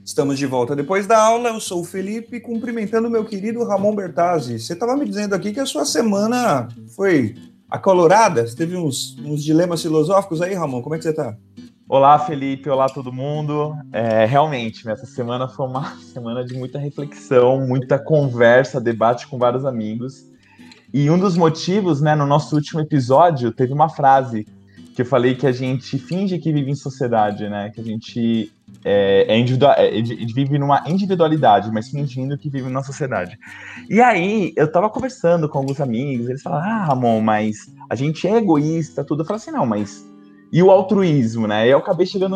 Estamos de volta depois da aula. Eu sou o Felipe, cumprimentando o meu querido Ramon Bertazzi. Você estava me dizendo aqui que a sua semana foi acolorada? Você teve uns dilemas filosóficos aí, Ramon? Como é que você está? Olá, Felipe. Olá, todo mundo. Realmente, essa semana foi uma semana de muita reflexão, muita conversa, debate com vários amigos. E um dos motivos, né, no nosso último episódio, teve uma frase que eu falei que a gente finge que vive em sociedade, né? Que a gente a gente vive numa individualidade, mas fingindo que vive numa sociedade. E aí, eu tava conversando com alguns amigos, eles falaram, Ramon, mas a gente é egoísta, tudo. Eu falei assim, não, mas e o altruísmo, né? E eu acabei chegando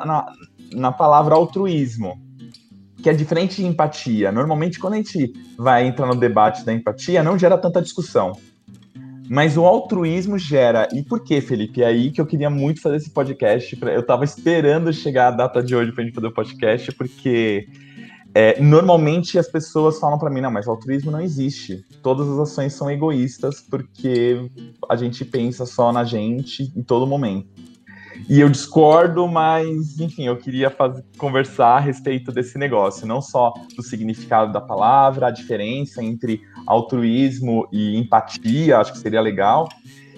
na palavra altruísmo, que é diferente de empatia. Normalmente, quando a gente vai entrar no debate da empatia, não gera tanta discussão. Mas o altruísmo gera. E por quê, Felipe? É aí que eu queria muito fazer esse podcast. Eu estava esperando chegar a data de hoje para a gente fazer o podcast, porque normalmente as pessoas falam para mim, não, mas o altruísmo não existe. Todas as ações são egoístas, porque a gente pensa só na gente em todo momento. E eu discordo, mas, enfim, eu queria conversar a respeito desse negócio, não só do significado da palavra, a diferença entre altruísmo e empatia, acho que seria legal,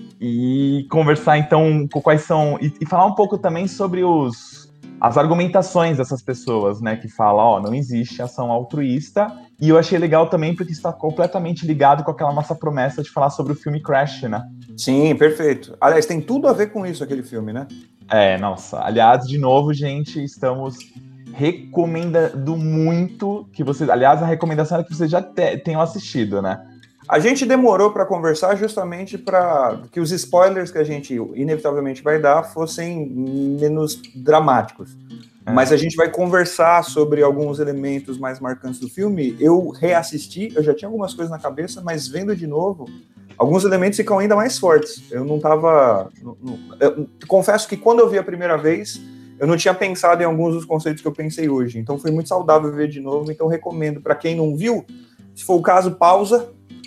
e conversar, então, com quais são... E falar um pouco também sobre as argumentações dessas pessoas, né, que falam, não existe ação altruísta, e eu achei legal também porque está completamente ligado com aquela nossa promessa de falar sobre o filme Crash, né? Sim, perfeito. Aliás, tem tudo a ver com isso, aquele filme, né? Nossa. Aliás, de novo, gente, estamos recomendando muito que vocês... Aliás, a recomendação é que vocês já tenham assistido, né? A gente demorou para conversar justamente para que os spoilers que a gente inevitavelmente vai dar fossem menos dramáticos. Mas a gente vai conversar sobre alguns elementos mais marcantes do filme. Eu reassisti, eu já tinha algumas coisas na cabeça, mas vendo de novo, alguns elementos ficam ainda mais fortes. Eu não estava... Confesso que quando eu vi a primeira vez, eu não tinha pensado em alguns dos conceitos que eu pensei hoje. Então foi muito saudável ver de novo. Então recomendo para quem não viu, se for o caso, pausa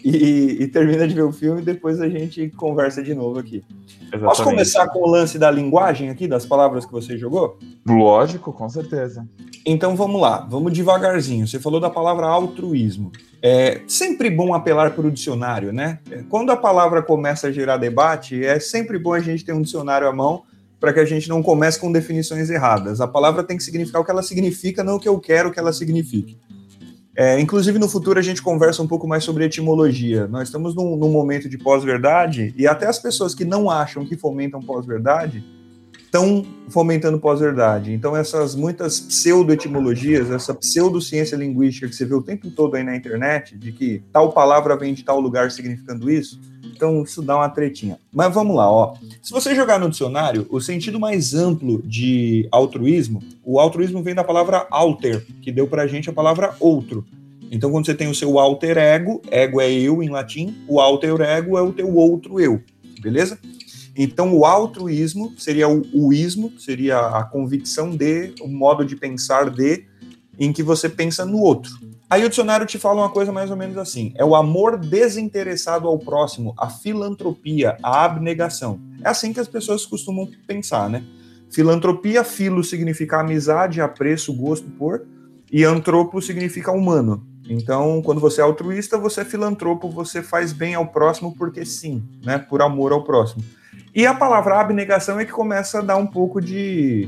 e termina de ver o filme e depois a gente conversa de novo aqui. Exatamente. Posso começar com o lance da linguagem aqui, das palavras que você jogou? Lógico, com certeza. Então vamos lá, vamos devagarzinho. Você falou da palavra altruísmo. É sempre bom apelar para o dicionário, né? Quando a palavra começa a gerar debate, é sempre bom a gente ter um dicionário à mão para que a gente não comece com definições erradas. A palavra tem que significar o que ela significa, não o que eu quero que ela signifique. Inclusive, no futuro, a gente conversa um pouco mais sobre etimologia. Nós estamos num momento de pós-verdade e até as pessoas que não acham que fomentam pós-verdade estão fomentando pós-verdade. Então, essas muitas pseudo-etimologias, essa pseudociência linguística que você vê o tempo todo aí na internet, de que tal palavra vem de tal lugar significando isso, então isso dá uma tretinha. Mas vamos lá, ó. Se você jogar no dicionário, o sentido mais amplo de altruísmo, o altruísmo vem da palavra alter, que deu pra gente a palavra outro. Então, quando você tem o seu alter ego, ego é eu em latim, o alter ego é o teu outro eu, beleza? Então, o altruísmo seria o ismo, seria a convicção de, o modo de pensar de, em que você pensa no outro. Aí o dicionário te fala uma coisa mais ou menos assim, é o amor desinteressado ao próximo, a filantropia, a abnegação. É assim que as pessoas costumam pensar, né? Filantropia, filo significa amizade, apreço, gosto por, e antropo significa humano. Então, quando você é altruísta, você é filantropo, você faz bem ao próximo porque sim, né? Por amor ao próximo. E a palavra abnegação é que começa a dar um pouco de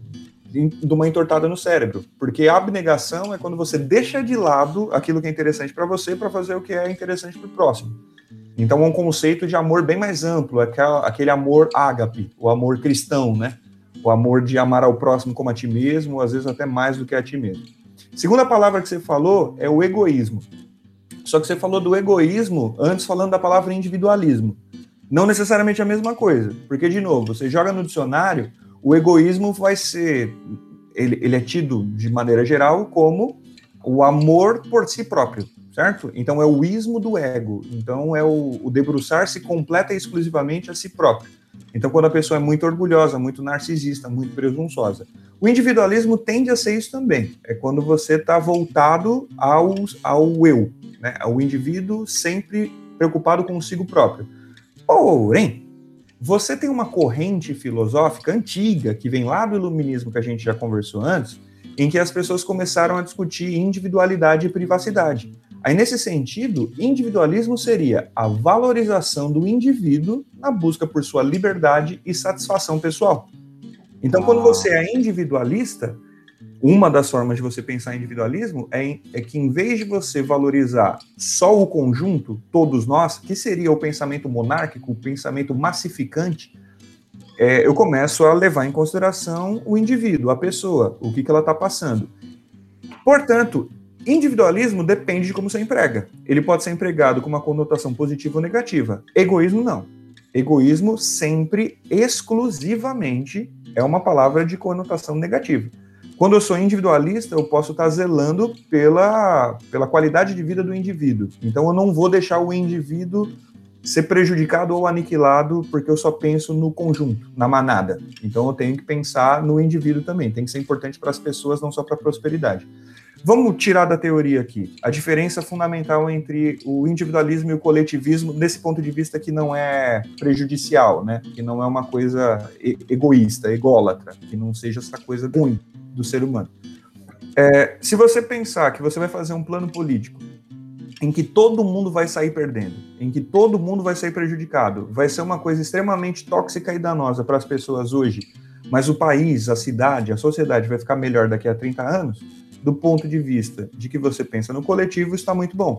uma entortada no cérebro, porque a abnegação é quando você deixa de lado aquilo que é interessante para você para fazer o que é interessante para o próximo. Então é um conceito de amor bem mais amplo, aquele amor ágape, o amor cristão, né? O amor de amar ao próximo como a ti mesmo, ou às vezes até mais do que a ti mesmo. Segunda palavra que você falou é o egoísmo. Só que você falou do egoísmo antes falando da palavra individualismo. Não necessariamente a mesma coisa, porque, de novo, você joga no dicionário, o egoísmo vai ser, ele é tido, de maneira geral, como o amor por si próprio, certo? Então, é o ismo do ego. Então, é o debruçar-se completa e exclusivamente a si próprio. Então, quando a pessoa é muito orgulhosa, muito narcisista, muito presunçosa. O individualismo tende a ser isso também. É quando você está voltado ao eu, né? Ao indivíduo sempre preocupado consigo próprio. Porém, você tem uma corrente filosófica antiga, que vem lá do iluminismo que a gente já conversou antes, em que as pessoas começaram a discutir individualidade e privacidade. Aí, nesse sentido, individualismo seria a valorização do indivíduo na busca por sua liberdade e satisfação pessoal. Então, quando você é individualista, uma das formas de você pensar em individualismo é que, em vez de você valorizar só o conjunto, todos nós, que seria o pensamento monárquico, o pensamento massificante, eu começo a levar em consideração o indivíduo, a pessoa, o que ela está passando. Portanto, individualismo depende de como você emprega. Ele pode ser empregado com uma conotação positiva ou negativa. Egoísmo, não. Egoísmo sempre, exclusivamente, é uma palavra de conotação negativa. Quando eu sou individualista, eu posso estar zelando pela qualidade de vida do indivíduo. Então, eu não vou deixar o indivíduo ser prejudicado ou aniquilado porque eu só penso no conjunto, na manada. Então, eu tenho que pensar no indivíduo também. Tem que ser importante para as pessoas, não só para a prosperidade. Vamos tirar da teoria aqui a diferença fundamental entre o individualismo e o coletivismo, desse ponto de vista que não é prejudicial, né? Que não é uma coisa egoísta, ególatra, que não seja essa coisa ruim do ser humano. Se você pensar que você vai fazer um plano político em que todo mundo vai sair perdendo, em que todo mundo vai sair prejudicado, vai ser uma coisa extremamente tóxica e danosa para as pessoas hoje, mas o país, a cidade, a sociedade vai ficar melhor daqui a 30 anos, do ponto de vista de que você pensa no coletivo, está muito bom.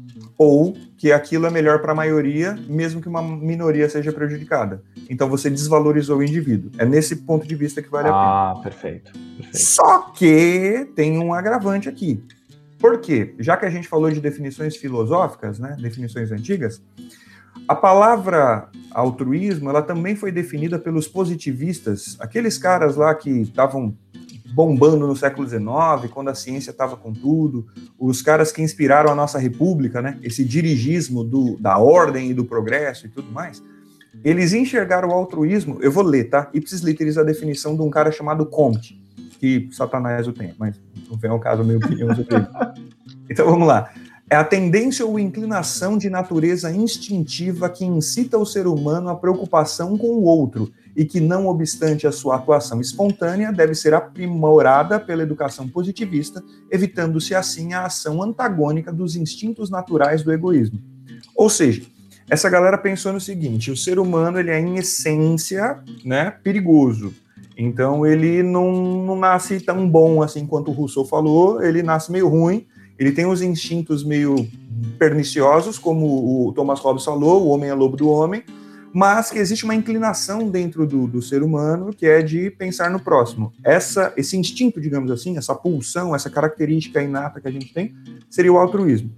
Ou que aquilo é melhor para a maioria, mesmo que uma minoria seja prejudicada. Então você desvalorizou o indivíduo. É nesse ponto de vista que vale a pena. Perfeito. Só que tem um agravante aqui. Por quê? Já que a gente falou de definições filosóficas, né, definições antigas, a palavra altruísmo, ela também foi definida pelos positivistas, aqueles caras lá que estavam bombando no século XIX, quando a ciência estava com tudo, os caras que inspiraram a nossa república, né, esse dirigismo da ordem e do progresso e tudo mais, eles enxergaram o altruísmo, eu vou ler, tá? Ipsis literis a definição de um cara chamado Comte, que Satanás o tem, mas não vem ao caso a minha opinião sobre ele. Então vamos lá. É a tendência ou inclinação de natureza instintiva que incita o ser humano à preocupação com o outro e que, não obstante a sua atuação espontânea, deve ser aprimorada pela educação positivista, evitando-se assim a ação antagônica dos instintos naturais do egoísmo. Ou seja, essa galera pensou no seguinte: o ser humano ele é, em essência, né, perigoso. Então ele não nasce tão bom assim quanto o Rousseau falou, ele nasce meio ruim, ele tem os instintos meio perniciosos, como o Thomas Hobbes falou, o homem é lobo do homem, mas que existe uma inclinação dentro do ser humano que é de pensar no próximo. Esse instinto, digamos assim, essa pulsão, essa característica inata que a gente tem, seria o altruísmo.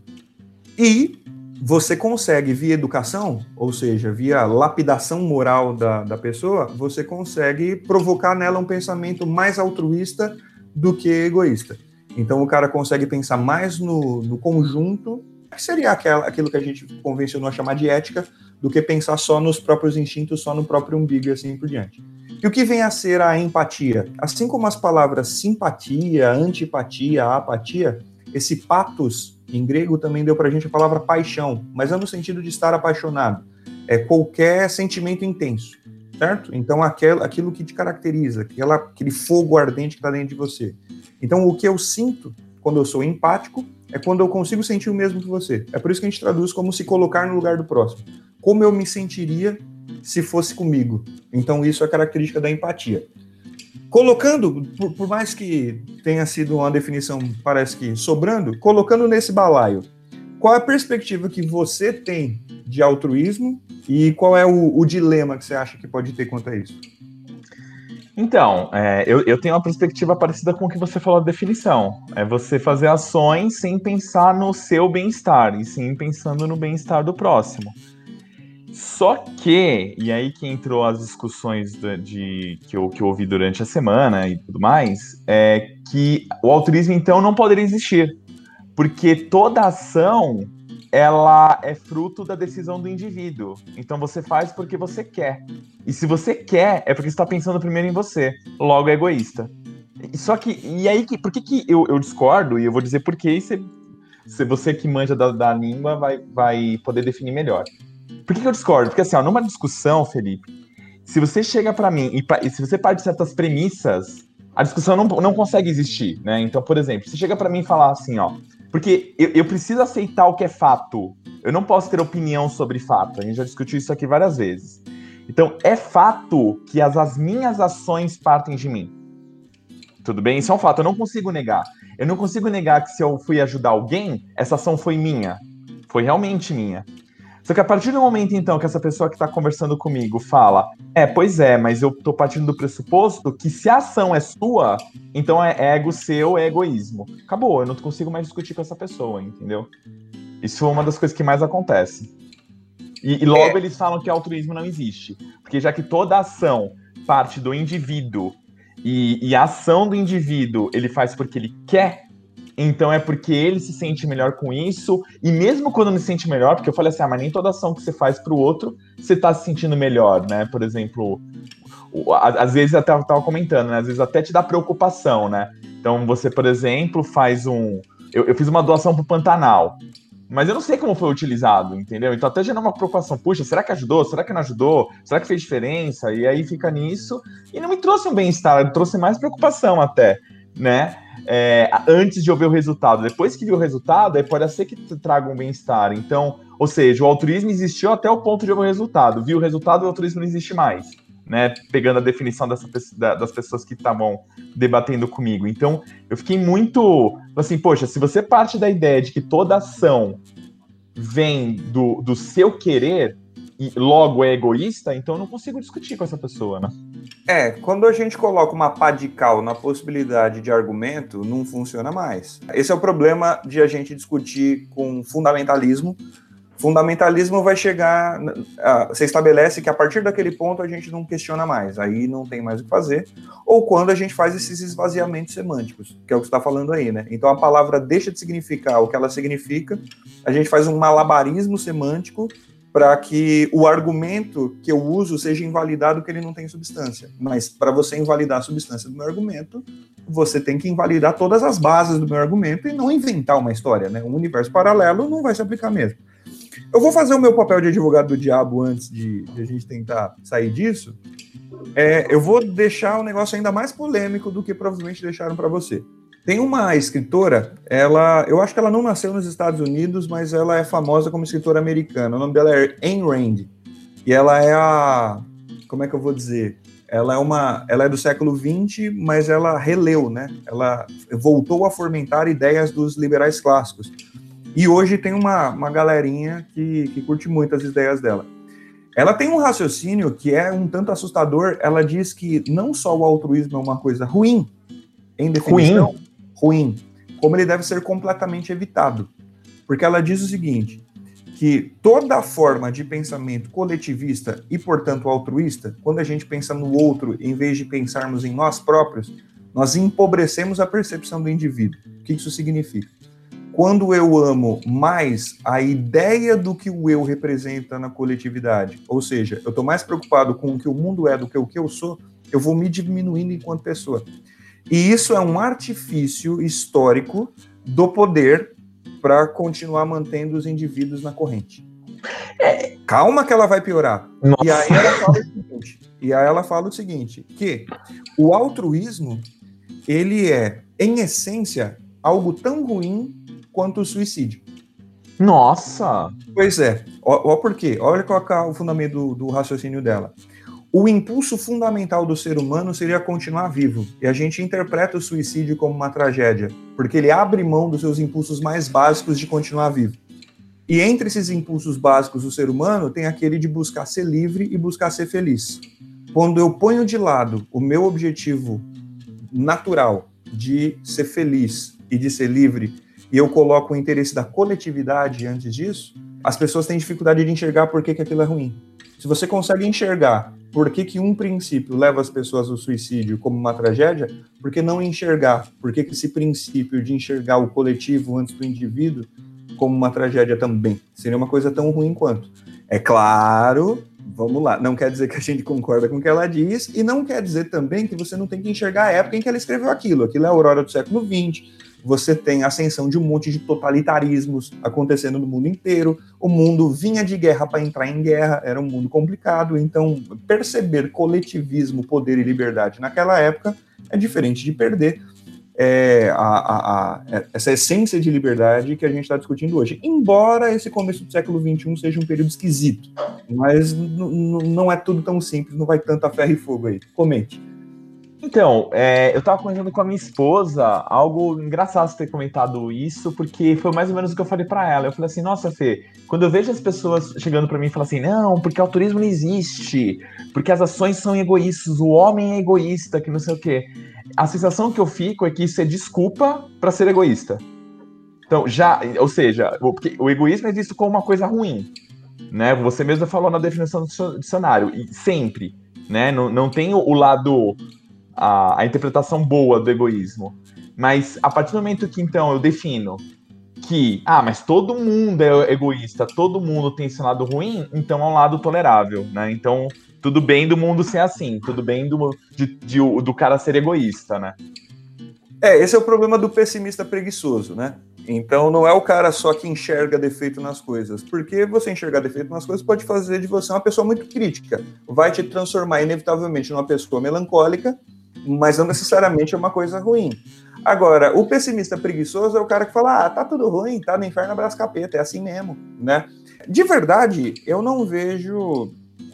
E você consegue, via educação, ou seja, via lapidação moral da pessoa, você consegue provocar nela um pensamento mais altruísta do que egoísta. Então o cara consegue pensar mais no conjunto, que seria aquilo que a gente convencionou a chamar de ética, do que pensar só nos próprios instintos, só no próprio umbigo e assim por diante. E o que vem a ser a empatia? Assim como as palavras simpatia, antipatia, apatia, esse pathos em grego também deu pra gente a palavra paixão, mas é no sentido de estar apaixonado. É qualquer sentimento intenso, certo? Então aquilo que te caracteriza, aquele fogo ardente que está dentro de você. Então o que eu sinto quando eu sou empático é quando eu consigo sentir o mesmo que você. É por isso que a gente traduz como se colocar no lugar do próximo. Como eu me sentiria se fosse comigo. Então isso é característica da empatia. Colocando, por mais que tenha sido uma definição, parece que sobrando, colocando nesse balaio, qual é a perspectiva que você tem de altruísmo e qual é o dilema que você acha que pode ter quanto a isso? Então, eu tenho uma perspectiva parecida com o que você falou da definição. É você fazer ações sem pensar no seu bem-estar, e sim pensando no bem-estar do próximo. Só que, e aí que entrou as discussões que eu ouvi durante a semana e tudo mais, é que o altruísmo, então, não poderia existir. Porque toda ação, ela é fruto da decisão do indivíduo. Então você faz porque você quer. E se você quer, é porque você está pensando primeiro em você. Logo é egoísta. Só que, e aí, por que eu discordo? E eu vou dizer por que, e se você que manja da língua vai poder definir melhor. Por que eu discordo? Porque assim, ó, numa discussão, Felipe, se você chega para mim e se você parte de certas premissas, a discussão não consegue existir, né? Então, por exemplo, você chega para mim e falar assim, ó, porque eu preciso aceitar o que é fato. Eu não posso ter opinião sobre fato. A gente já discutiu isso aqui várias vezes. Então, é fato que as minhas ações partem de mim. Tudo bem? Isso é um fato, eu não consigo negar. Eu não consigo negar que se eu fui ajudar alguém, essa ação foi minha. Foi realmente minha. Só que a partir do momento, então, que essa pessoa que está conversando comigo fala, pois é, mas eu tô partindo do pressuposto que se a ação é sua, então é ego seu, é egoísmo. Acabou, eu não consigo mais discutir com essa pessoa, entendeu? Isso é uma das coisas que mais acontece. E logo eles falam que altruísmo não existe. Porque já que toda ação parte do indivíduo e a ação do indivíduo ele faz porque ele quer, então é porque ele se sente melhor com isso, e mesmo quando não se sente melhor, porque eu falei assim, mas nem toda ação que você faz pro outro, você tá se sentindo melhor, né? Por exemplo, às vezes até eu tava comentando, né? Às vezes até te dá preocupação, né? Então você, por exemplo, faz eu fiz uma doação pro Pantanal, mas eu não sei como foi utilizado, entendeu? Então até gera uma preocupação, puxa, será que ajudou? Será que não ajudou? Será que fez diferença? E aí fica nisso, e não me trouxe um bem-estar, me trouxe mais preocupação até, né? Antes de eu ver o resultado. Depois que vi o resultado, aí pode ser que traga um bem-estar. Então, ou seja, o altruísmo existiu até o ponto de eu ver o resultado. Vi o resultado, o altruísmo não existe mais, né? Pegando a definição das pessoas que estavam debatendo comigo. Então, eu fiquei muito assim, poxa, se você parte da ideia de que toda ação vem do seu querer e logo é egoísta, então eu não consigo discutir com essa pessoa, né? Quando a gente coloca uma pá de cal na possibilidade de argumento, não funciona mais. Esse é o problema de a gente discutir com fundamentalismo. Fundamentalismo vai chegar... Você estabelece que a partir daquele ponto a gente não questiona mais, aí não tem mais o que fazer. Ou quando a gente faz esses esvaziamentos semânticos, que é o que você está falando aí, né? Então a palavra deixa de significar o que ela significa, a gente faz um malabarismo semântico para que o argumento que eu uso seja invalidado que ele não tem substância. Mas para você invalidar a substância do meu argumento, você tem que invalidar todas as bases do meu argumento e não inventar uma história, né? Um universo paralelo não vai se aplicar mesmo. Eu vou fazer o meu papel de advogado do diabo antes de a gente tentar sair disso. Eu vou deixar o negócio ainda mais polêmico do que provavelmente deixaram para você. Tem uma escritora, eu acho que ela não nasceu nos Estados Unidos, mas ela é famosa como escritora americana. O nome dela é Ayn Rand. E ela é como é que eu vou dizer? Ela é do século XX, mas ela releu, né? Ela voltou a fomentar ideias dos liberais clássicos. E hoje tem uma galerinha que curte muito as ideias dela. Ela tem um raciocínio que é um tanto assustador. Ela diz que não só o altruísmo é uma coisa ruim, em definição, ruim, como ele deve ser completamente evitado. Porque ela diz o seguinte, que toda forma de pensamento coletivista e, portanto, altruísta, quando a gente pensa no outro, em vez de pensarmos em nós próprios, nós empobrecemos a percepção do indivíduo. O que isso significa? Quando eu amo mais a ideia do que o eu representa na coletividade, ou seja, eu estou mais preocupado com o que o mundo é do que o que eu sou, eu vou me diminuindo enquanto pessoa. E isso é um artifício histórico do poder para continuar mantendo os indivíduos na corrente. Calma que ela vai piorar. Nossa. E aí ela fala o seguinte, que o altruísmo, ele é, em essência, algo tão ruim quanto o suicídio. Nossa! Pois é. Ó por quê? Olha qual é o fundamento do raciocínio dela. O impulso fundamental do ser humano seria continuar vivo. E a gente interpreta o suicídio como uma tragédia, porque ele abre mão dos seus impulsos mais básicos de continuar vivo. E entre esses impulsos básicos do ser humano, tem aquele de buscar ser livre e buscar ser feliz. Quando eu ponho de lado o meu objetivo natural de ser feliz e de ser livre, e eu coloco o interesse da coletividade antes disso, as pessoas têm dificuldade de enxergar por que aquilo é ruim. Se você consegue enxergar por que um princípio leva as pessoas ao suicídio como uma tragédia, por que não enxergar por que esse princípio de enxergar o coletivo antes do indivíduo como uma tragédia também? Seria uma coisa tão ruim quanto. É claro, vamos lá, não quer dizer que a gente concorda com o que ela diz, e não quer dizer também que você não tem que enxergar a época em que ela escreveu aquilo. Aquilo é a aurora do século XX, você tem a ascensão de um monte de totalitarismos acontecendo no mundo inteiro, o mundo vinha de guerra para entrar em guerra, era um mundo complicado, então perceber coletivismo, poder e liberdade naquela época é diferente de perder essa essência de liberdade que a gente está discutindo hoje. Embora esse começo do século XXI seja um período esquisito, mas não é tudo tão simples, não vai tanto a ferro e fogo aí. Comente. Então, eu tava comentando com a minha esposa, algo engraçado você ter comentado isso, porque foi mais ou menos o que eu falei pra ela. Eu falei assim, nossa, Fê, quando eu vejo as pessoas chegando pra mim e falam assim, não, porque o altruísmo não existe, porque as ações são egoístas, o homem é egoísta, que não sei o quê. A sensação que eu fico é que isso é desculpa pra ser egoísta. Então, ou seja, o egoísmo é visto como uma coisa ruim, né? Você mesmo falou na definição do dicionário, e sempre, né? Não tem o lado... A interpretação boa do egoísmo. Mas a partir do momento que, então, eu defino que, mas todo mundo é egoísta, todo mundo tem esse lado ruim, então é um lado tolerável, né? Então, tudo bem do mundo ser assim, tudo bem do cara ser egoísta, né? Esse é o problema do pessimista preguiçoso, né? Então, não é o cara só que enxerga defeito nas coisas, porque você enxergar defeito nas coisas pode fazer de você uma pessoa muito crítica, vai te transformar inevitavelmente numa pessoa melancólica, mas não necessariamente é uma coisa ruim. Agora, o pessimista preguiçoso é o cara que fala, tá tudo ruim, tá no inferno, abraço capeta, é assim mesmo, né? De verdade, eu não vejo,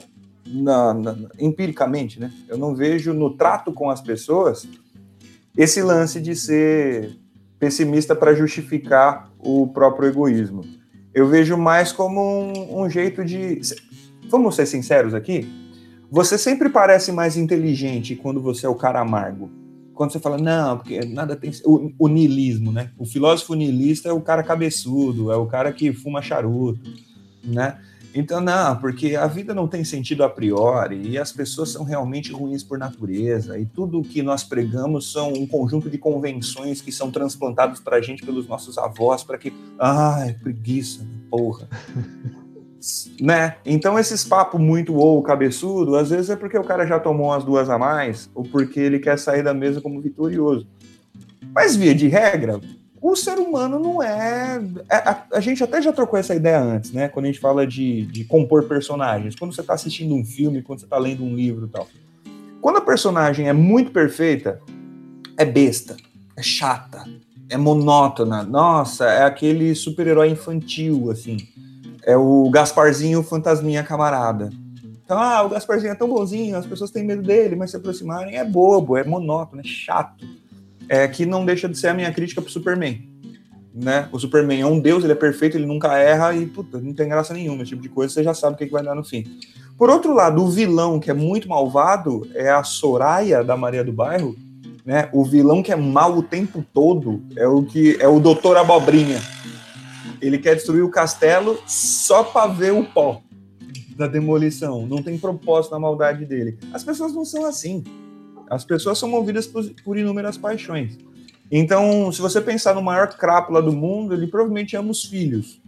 empiricamente, né? Eu não vejo no trato com as pessoas esse lance de ser pessimista para justificar o próprio egoísmo. Eu vejo mais como um jeito de... Vamos ser sinceros aqui? Você sempre parece mais inteligente quando você é o cara amargo. Quando você fala, não, porque nada tem... O niilismo, né? O filósofo niilista é o cara cabeçudo, é o cara que fuma charuto, né? Então, não, porque a vida não tem sentido a priori e as pessoas são realmente ruins por natureza e tudo o que nós pregamos são um conjunto de convenções que são transplantadas pra gente pelos nossos avós para que... preguiça, porra. Né? Então esses papos muito cabeçudo, às vezes é porque o cara já tomou umas duas a mais ou porque ele quer sair da mesa como vitorioso. Mas via de regra, o ser humano não a gente até já trocou essa ideia antes, né? Quando a gente fala de compor personagens, quando você está assistindo um filme, quando você está lendo um livro e tal. Quando a personagem é muito perfeita, é besta, é chata, é monótona, nossa, é aquele super-herói infantil, assim. É o Gasparzinho fantasminha camarada. Então, o Gasparzinho é tão bonzinho, as pessoas têm medo dele, mas se aproximarem é bobo, é monótono, é chato. Que não deixa de ser a minha crítica pro Superman. Né? O Superman é um deus, ele é perfeito, ele nunca erra e, puta, não tem graça nenhuma. Esse tipo de coisa, você já sabe o que vai dar no fim. Por outro lado, o vilão, que é muito malvado, é a Soraya da Maria do Bairro. Né? O vilão que é mal o tempo todo é o Doutor Abobrinha. Ele quer destruir o castelo só para ver o pó da demolição. Não tem propósito na maldade dele. As pessoas não são assim. As pessoas são movidas por inúmeras paixões. Então, se você pensar no maior crápula do mundo, ele provavelmente ama os filhos.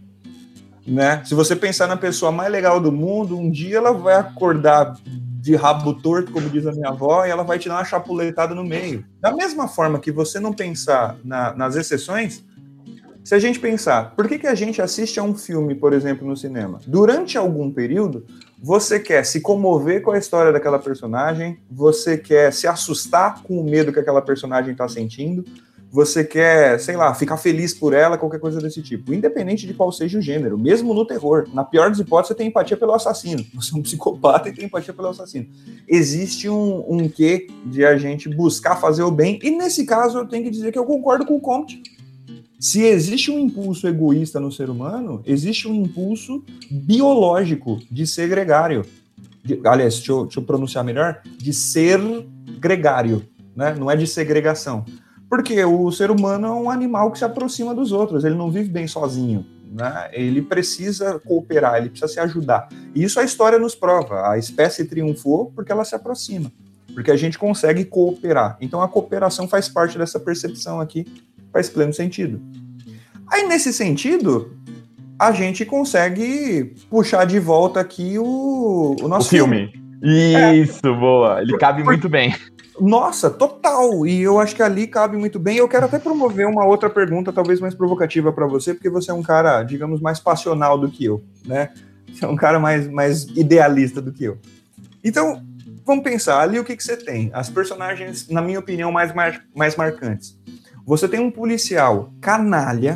Né? Se você pensar na pessoa mais legal do mundo, um dia ela vai acordar de rabo torto, como diz a minha avó, e ela vai te dar uma chapuletada no meio. Da mesma forma que você não pensar nas exceções, se a gente pensar, por que a gente assiste a um filme, por exemplo, no cinema? Durante algum período, você quer se comover com a história daquela personagem, você quer se assustar com o medo que aquela personagem está sentindo, você quer, sei lá, ficar feliz por ela, qualquer coisa desse tipo, independente de qual seja o gênero, mesmo no terror. Na pior das hipóteses, você tem empatia pelo assassino. Você é um psicopata e tem empatia pelo assassino. Existe um quê de a gente buscar fazer o bem, e nesse caso eu tenho que dizer que eu concordo com o Comte. Se existe um impulso egoísta no ser humano, existe um impulso biológico de ser gregário. Aliás, deixa eu pronunciar melhor, de ser gregário, né? Não é de segregação. Porque o ser humano é um animal que se aproxima dos outros, ele não vive bem sozinho, né? Ele precisa cooperar, ele precisa se ajudar. E isso a história nos prova. A espécie triunfou porque ela se aproxima, porque a gente consegue cooperar. Então a cooperação faz parte dessa percepção aqui, faz pleno sentido. Aí, nesse sentido, a gente consegue puxar de volta aqui o nosso filme. Isso, boa. Ele cabe muito bem. Nossa, total. E eu acho que ali cabe muito bem. Eu quero até promover uma outra pergunta, talvez mais provocativa para você, porque você é um cara, digamos, mais passional do que eu, né? Você é um cara mais idealista do que eu. Então, vamos pensar, ali o que você tem? As personagens, na minha opinião, mais marcantes. Você tem um policial canalha,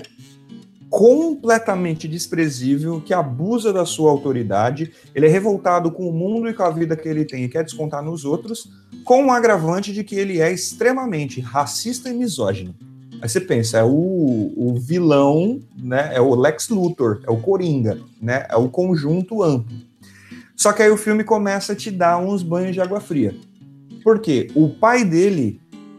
completamente desprezível, que abusa da sua autoridade, ele é revoltado com o mundo e com a vida que ele tem e quer descontar nos outros, com o agravante de que ele é extremamente racista e misógino. Aí você pensa, é o vilão, né? É o Lex Luthor, é o Coringa, né? É o conjunto amplo. Só que aí o filme começa a te dar uns banhos de água fria. Por quê? O pai dele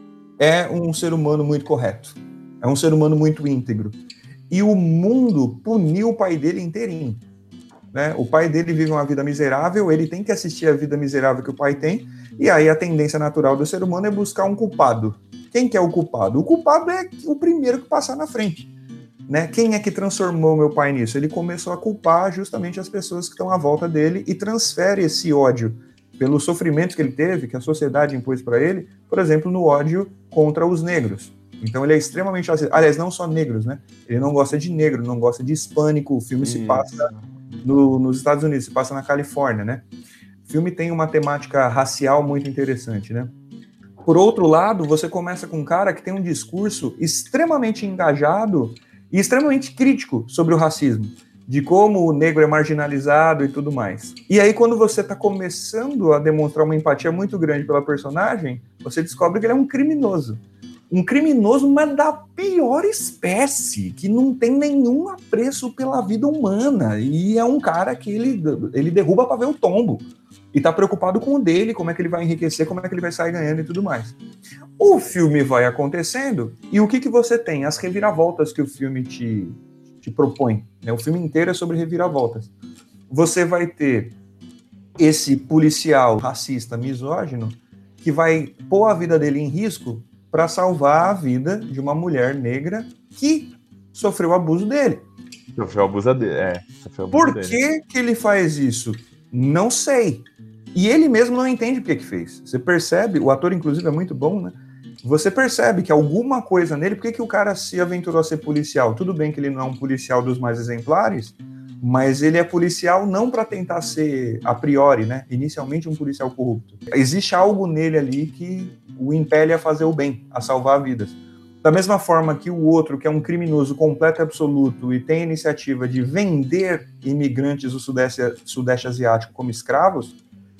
é um ser humano muito correto, é um ser humano muito íntegro. E o mundo puniu o pai dele inteirinho. Né? O pai dele vive uma vida miserável, ele tem que assistir a vida miserável que o pai tem, e aí a tendência natural do ser humano é buscar um culpado. Quem que é o culpado? O culpado é o primeiro que passar na frente. Né? Quem é que transformou meu pai nisso? Ele começou a culpar justamente as pessoas que estão à volta dele e transfere esse ódio pelo sofrimento que ele teve, que a sociedade impôs para ele, por exemplo, no ódio contra os negros. Então ele é extremamente racista. Aliás, não só negros, né? Ele não gosta de negro, não gosta de hispânico. O filme se passa nos Estados Unidos, se passa na Califórnia, né? O filme tem uma temática racial muito interessante, né? Por outro lado, você começa com um cara que tem um discurso extremamente engajado e extremamente crítico sobre o racismo, de como o negro é marginalizado e tudo mais. E aí, quando você está começando a demonstrar uma empatia muito grande pela personagem, você descobre que ele é um criminoso. Um criminoso, mas da pior espécie, que não tem nenhum apreço pela vida humana. E é um cara que ele derruba para ver o tombo. E tá preocupado com o dele, como é que ele vai enriquecer, como é que ele vai sair ganhando e tudo mais. O filme vai acontecendo, e o que você tem? As reviravoltas que o filme te propõe. Né? O filme inteiro é sobre reviravoltas. Você vai ter esse policial racista, misógino, que vai pôr a vida dele em risco para salvar a vida de uma mulher negra que sofreu o abuso dele. Sofreu o abuso dele, Por que ele faz isso? Não sei. E ele mesmo não entende por que fez. Você percebe, o ator inclusive é muito bom, né? Você percebe que alguma coisa nele, por que o cara se aventurou a ser policial? Tudo bem que ele não é um policial dos mais exemplares, mas ele é policial não para tentar ser, a priori, né? Inicialmente um policial corrupto. Existe algo nele ali que o impele a fazer o bem, a salvar vidas. Da mesma forma que o outro, que é um criminoso completo e absoluto e tem a iniciativa de vender imigrantes do Sudeste Asiático como escravos,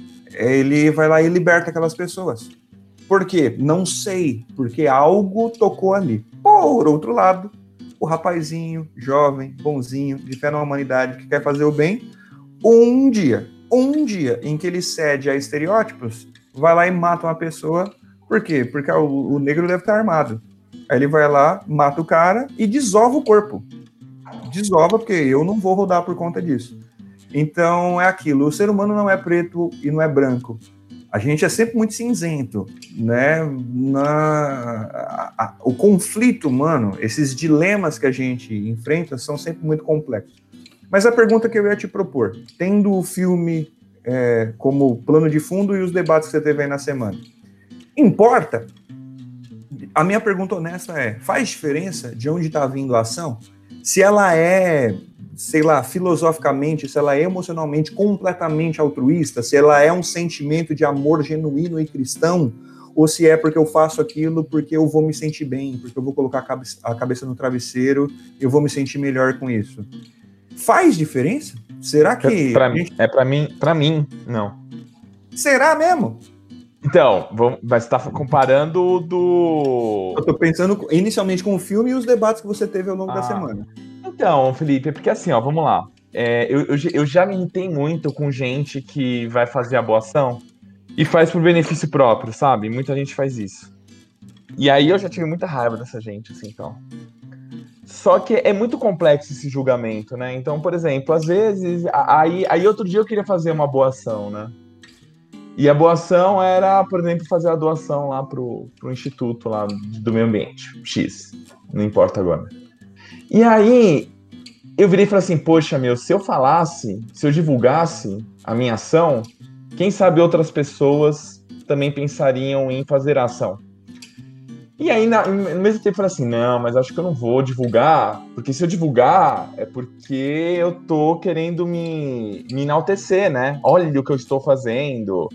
ele vai lá e liberta aquelas pessoas. Por quê? Não sei, porque algo tocou ali. Por outro lado, o rapazinho, jovem, bonzinho, de fé na humanidade, que quer fazer o bem, um dia em que ele cede a estereótipos, vai lá e mata uma pessoa. Por quê? Porque o negro deve estar armado. Aí ele vai lá, mata o cara e desova o corpo. Desova, porque eu não vou rodar por conta disso. Então é aquilo, o ser humano não é preto e não é branco. A gente é sempre muito cinzento, né? O conflito humano, esses dilemas que a gente enfrenta são sempre muito complexos. Mas a pergunta que eu ia te propor, tendo o filme como plano de fundo e os debates que você teve aí na semana, importa? A minha pergunta honesta é, faz diferença de onde está vindo a ação? Se ela é, sei lá, filosoficamente, se ela é emocionalmente completamente altruísta, se ela é um sentimento de amor genuíno e cristão, ou se é porque eu faço aquilo porque eu vou me sentir bem, porque eu vou colocar a cabeça no travesseiro, eu vou me sentir melhor com isso. Faz diferença? Será que... Pra mim, não. Será mesmo? Então, você está comparando do... Eu tô pensando inicialmente com o filme e os debates que você teve ao longo da semana. Então, Felipe, porque assim, ó, vamos lá. Eu já me irritei muito com gente que vai fazer a boa ação e faz por benefício próprio, sabe? Muita gente faz isso. E aí eu já tive muita raiva dessa gente, assim, então. Só que é muito complexo esse julgamento, né? Então, por exemplo, às vezes... Aí outro dia eu queria fazer uma boa ação, né? E a boa ação era, por exemplo, fazer a doação lá pro Instituto lá do Meio Ambiente, X. Não importa agora. E aí, eu virei e falei assim, poxa, se eu divulgasse a minha ação, quem sabe outras pessoas também pensariam em fazer a ação. E aí, no mesmo tempo, eu falei assim, não, mas acho que eu não vou divulgar, porque se eu divulgar, é porque eu tô querendo me enaltecer, né? Olha o que eu estou fazendo.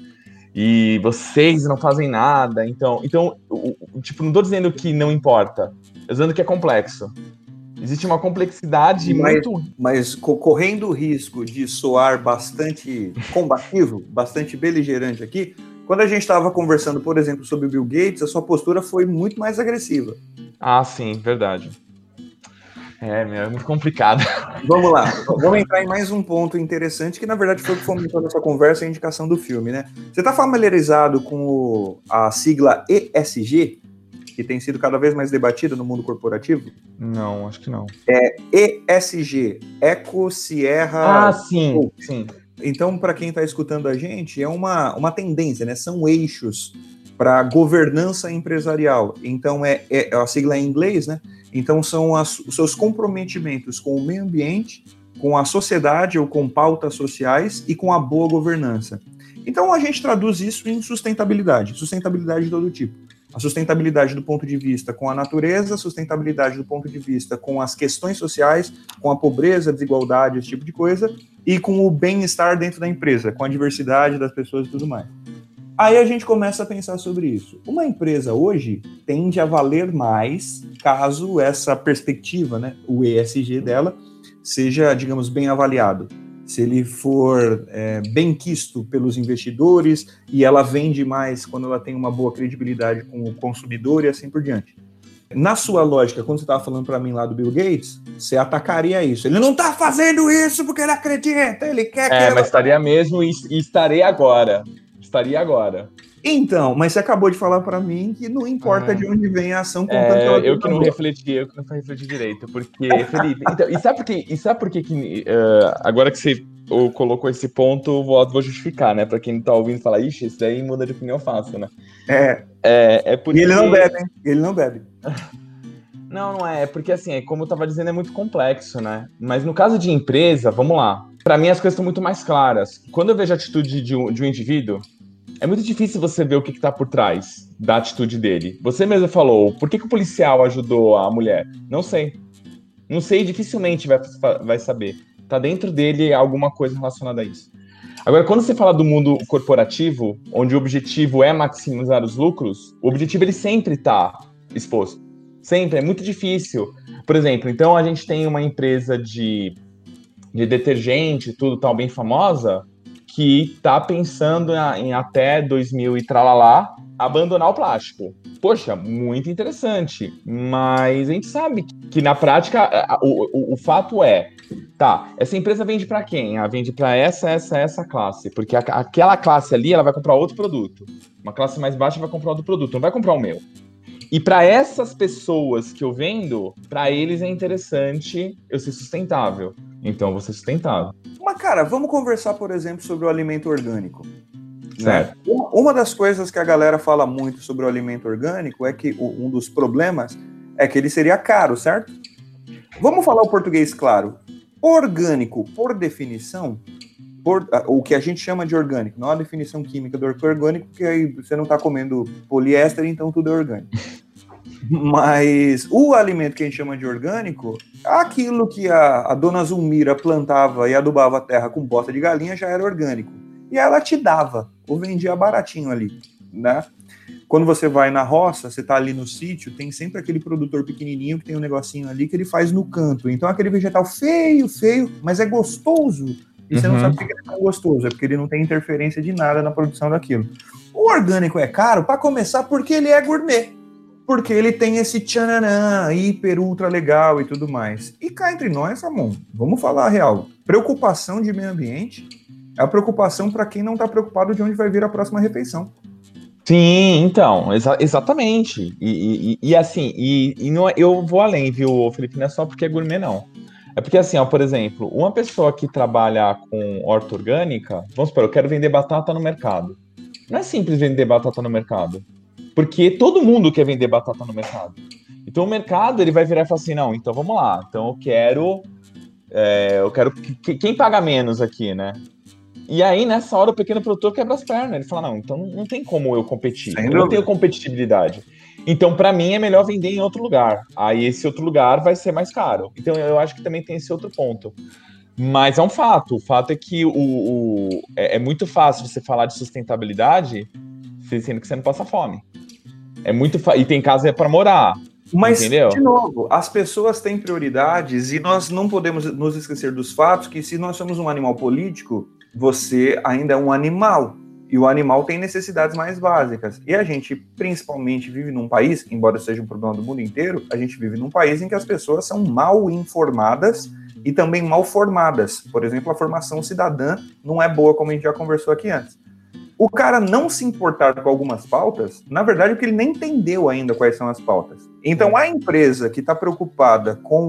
e vocês não fazem nada. Então tipo, não tô dizendo que não importa, eu tô dizendo que é complexo. Existe uma complexidade muito... Mas correndo o risco de soar bastante combativo, bastante beligerante aqui, quando a gente estava conversando, por exemplo, sobre o Bill Gates, a sua postura foi muito mais agressiva. Ah, sim, verdade. É muito complicado. Vamos lá, vamos entrar em mais um ponto interessante, que na verdade foi o que fomentou nessa conversa, a indicação do filme, né? Você está familiarizado com a sigla ESG, que tem sido cada vez mais debatida no mundo corporativo? Não, acho que não. É ESG, Eco, Sierra... Ah, sim, sim. Então, para quem está escutando a gente, é uma tendência, né? São eixos para governança empresarial. Então, a sigla é em inglês, né? Então, são os seus comprometimentos com o meio ambiente, com a sociedade ou com pautas sociais e com a boa governança. Então, a gente traduz isso em sustentabilidade de todo tipo. A sustentabilidade do ponto de vista com a natureza, a sustentabilidade do ponto de vista com as questões sociais, com a pobreza, a desigualdade, esse tipo de coisa, e com o bem-estar dentro da empresa, com a diversidade das pessoas e tudo mais. Aí a gente começa a pensar sobre isso. Uma empresa hoje tende a valer mais caso essa perspectiva, né, o ESG dela, seja, digamos, bem avaliado. Se ele for bem quisto pelos investidores e ela vende mais quando ela tem uma boa credibilidade com o consumidor e assim por diante. Na sua lógica, quando você estava falando para mim lá do Bill Gates, você atacaria isso. Ele não está fazendo isso porque ele acredita, ele quer que... Mas estaria mesmo e estarei agora. Estaria agora. Então, mas você acabou de falar para mim que não importa de onde vem a ação, contanto eu que não refleti direito, porque, Felipe, então, e sabe por que agora que você colocou esse ponto, vou justificar, né, para quem não tá ouvindo falar, ixi, isso daí muda de opinião fácil, né? É porque... E ele não bebe, hein? Ele não bebe. Não é, porque assim, como eu tava dizendo, é muito complexo, né? Mas no caso de empresa, vamos lá, para mim as coisas estão muito mais claras. Quando eu vejo a atitude de um indivíduo, é muito difícil você ver o que está por trás da atitude dele. Você mesmo falou, por que o policial ajudou a mulher? Não sei. Não sei, dificilmente vai saber. Tá dentro dele alguma coisa relacionada a isso. Agora, quando você fala do mundo corporativo, onde o objetivo é maximizar os lucros, o objetivo ele sempre está exposto. Sempre, é muito difícil. Por exemplo, então a gente tem uma empresa de detergente, tudo tal, bem famosa, que está pensando em até 2000 e tralalá, abandonar o plástico. Poxa, muito interessante. Mas a gente sabe que na prática, o fato é, tá, essa empresa vende para quem? Ela vende para essa classe, porque aquela classe ali, ela vai comprar outro produto. Uma classe mais baixa vai comprar outro produto, não vai comprar o meu. E para essas pessoas que eu vendo, para eles é interessante eu ser sustentável. Então, eu vou ser sustentável. Mas, cara, vamos conversar, por exemplo, sobre o alimento orgânico. Certo. Né? Uma das coisas que a galera fala muito sobre o alimento orgânico é que um dos problemas é que ele seria caro, certo? Vamos falar o português claro. Orgânico, por definição, o que a gente chama de orgânico, não a definição química do orgânico, porque aí você não está comendo poliéster, então tudo é orgânico. Mas o alimento que a gente chama de orgânico, aquilo que a dona Zulmira plantava e adubava a terra com bosta de galinha já era orgânico. E ela te dava, ou vendia baratinho ali, né? Quando você vai na roça, você tá ali no sítio, tem sempre aquele produtor pequenininho que tem um negocinho ali que ele faz no canto. Então aquele vegetal feio, mas é gostoso. E você não sabe por que ele é tão gostoso, é porque ele não tem interferência de nada na produção daquilo. O orgânico é caro, para começar, porque ele é gourmet. Porque ele tem esse tchananã, hiper, ultra legal e tudo mais. E cá entre nós, Ramon, vamos falar a real. Preocupação de meio ambiente é a preocupação para quem não está preocupado de onde vai vir a próxima refeição. Sim, então, exatamente. E assim, não, eu vou além, viu, Felipe? Não é só porque é gourmet, não. É porque, assim, ó, por exemplo, uma pessoa que trabalha com horta orgânica, vamos supor, eu quero vender batata no mercado. Não é simples vender batata no mercado. Porque todo mundo quer vender batata no mercado. Então o mercado ele vai virar e falar assim, não, então vamos lá. Então eu quero quem paga menos aqui, né? E aí nessa hora o pequeno produtor quebra as pernas. Ele fala, não, então não tem como eu competir. Eu não tenho competitividade. Então para mim é melhor vender em outro lugar. Aí esse outro lugar vai ser mais caro. Então eu acho que também tem esse outro ponto. Mas é um fato. O fato é que é muito fácil você falar de sustentabilidade sendo que você não passa fome. E tem casa para morar. Mas, entendeu? de novo, as pessoas têm prioridades e nós não podemos nos esquecer dos fatos que se nós somos um animal político, você ainda é um animal. E o animal tem necessidades mais básicas. E a gente, principalmente, vive num país, embora seja um problema do mundo inteiro, a gente vive num país em que as pessoas são mal informadas e também mal formadas. Por exemplo, a formação cidadã não é boa, como a gente já conversou aqui antes. O cara não se importar com algumas pautas, na verdade, é porque ele nem entendeu ainda quais são as pautas. Então, a empresa que está preocupada com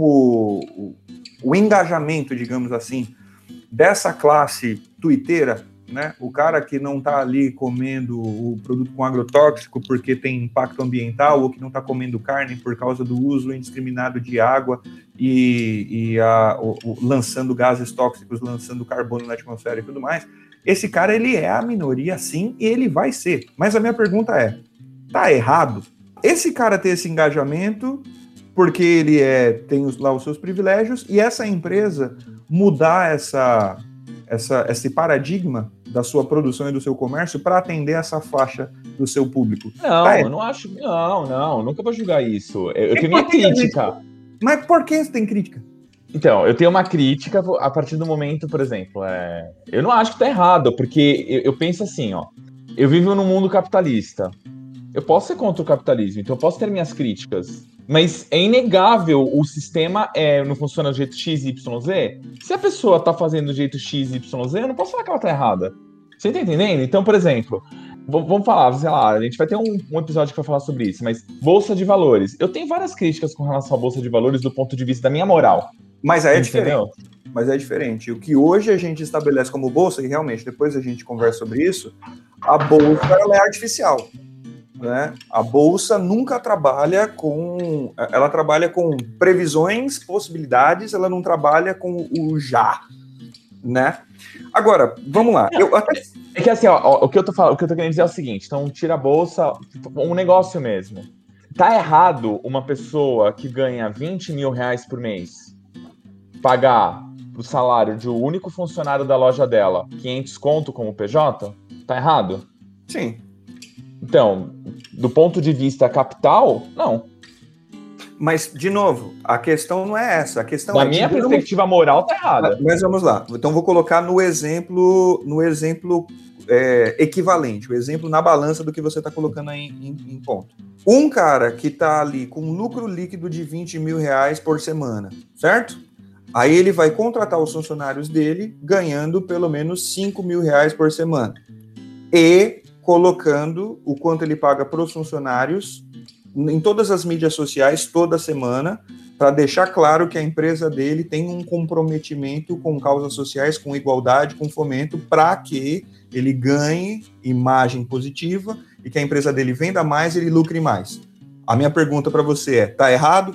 o engajamento, digamos assim, dessa classe tuiteira, né? O cara que não está ali comendo o produto com agrotóxico porque tem impacto ambiental, ou que não está comendo carne por causa do uso indiscriminado de água e lançando gases tóxicos, lançando carbono na atmosfera e tudo mais. Esse cara, ele é a minoria, sim, e ele vai ser. Mas a minha pergunta é, tá errado esse cara ter esse engajamento porque ele tem lá os seus privilégios e essa empresa mudar esse paradigma da sua produção e do seu comércio para atender essa faixa do seu público? Não, eu não acho. Não, nunca vou julgar isso. Eu tenho minha crítica. Mas por que você tem crítica? Então, eu tenho uma crítica a partir do momento, por exemplo, eu não acho que tá errado, porque eu penso assim, ó, eu vivo num mundo capitalista, eu posso ser contra o capitalismo, então eu posso ter minhas críticas, mas é inegável, o sistema não funciona do jeito X, Y, Z. Se a pessoa tá fazendo do jeito X, Y, Z, eu não posso falar que ela tá errada. Você tá entendendo? Então, por exemplo, vamos falar, sei lá, a gente vai ter um episódio que vai falar sobre isso, mas Bolsa de Valores. Eu tenho várias críticas com relação à Bolsa de Valores do ponto de vista da minha moral. Mas aí é diferente. Mas é diferente. O que hoje a gente estabelece como bolsa, e realmente depois a gente conversa sobre isso, a bolsa ela é artificial. Né? A bolsa nunca trabalha com... Ela trabalha com previsões, possibilidades, ela não trabalha com o já. Né? Agora, vamos lá. É que assim, ó, o que eu tô querendo dizer é o seguinte, então tira a bolsa, um negócio mesmo. Tá errado uma pessoa que ganha 20 mil reais por mês pagar o salário de um único funcionário da loja dela 500 conto como PJ? Tá errado? Sim. Então, do ponto de vista capital, não. Mas, de novo, a questão não é essa. A questão da minha perspectiva moral, tá errada. Mas vamos lá. Então, vou colocar no exemplo equivalente, o exemplo na balança do que você está colocando aí em ponto. Um cara que está ali com um lucro líquido de 20 mil reais por semana, certo? Aí ele vai contratar os funcionários dele ganhando pelo menos 5 mil reais por semana. E colocando o quanto ele paga para os funcionários em todas as mídias sociais, toda semana, para deixar claro que a empresa dele tem um comprometimento com causas sociais, com igualdade, com fomento, para que ele ganhe imagem positiva e que a empresa dele venda mais e ele lucre mais. A minha pergunta para você tá errado?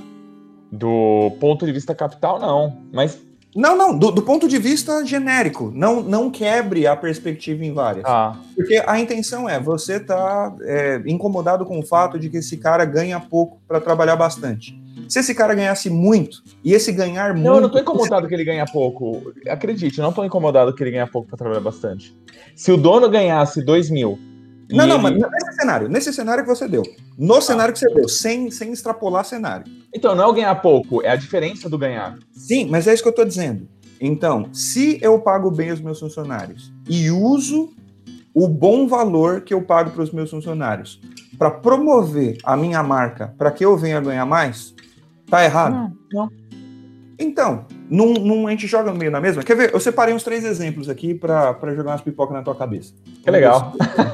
Do ponto de vista capital, não. Mas... Não, do ponto de vista genérico. Não quebre a perspectiva em várias. Porque a intenção você tá incomodado com o fato de que esse cara ganha pouco para trabalhar bastante. Se esse cara ganhasse muito, e esse ganhar muito... Não, eu não tô incomodado que ele ganha pouco. Acredite, eu não tô incomodado que ele ganha pouco para trabalhar bastante. Se o dono ganhasse 2 mil... Mas nesse cenário que você deu. No cenário que você deu, sem extrapolar cenário. Então, não é o ganhar pouco, é a diferença do ganhar. Sim, mas é isso que eu tô dizendo. Então, se eu pago bem os meus funcionários e uso o bom valor que eu pago para os meus funcionários para promover a minha marca para que eu venha ganhar mais, tá errado? Não. Então, a gente joga no meio da mesma? Quer ver? Eu separei uns 3 exemplos aqui para jogar umas pipocas na tua cabeça. Que legal.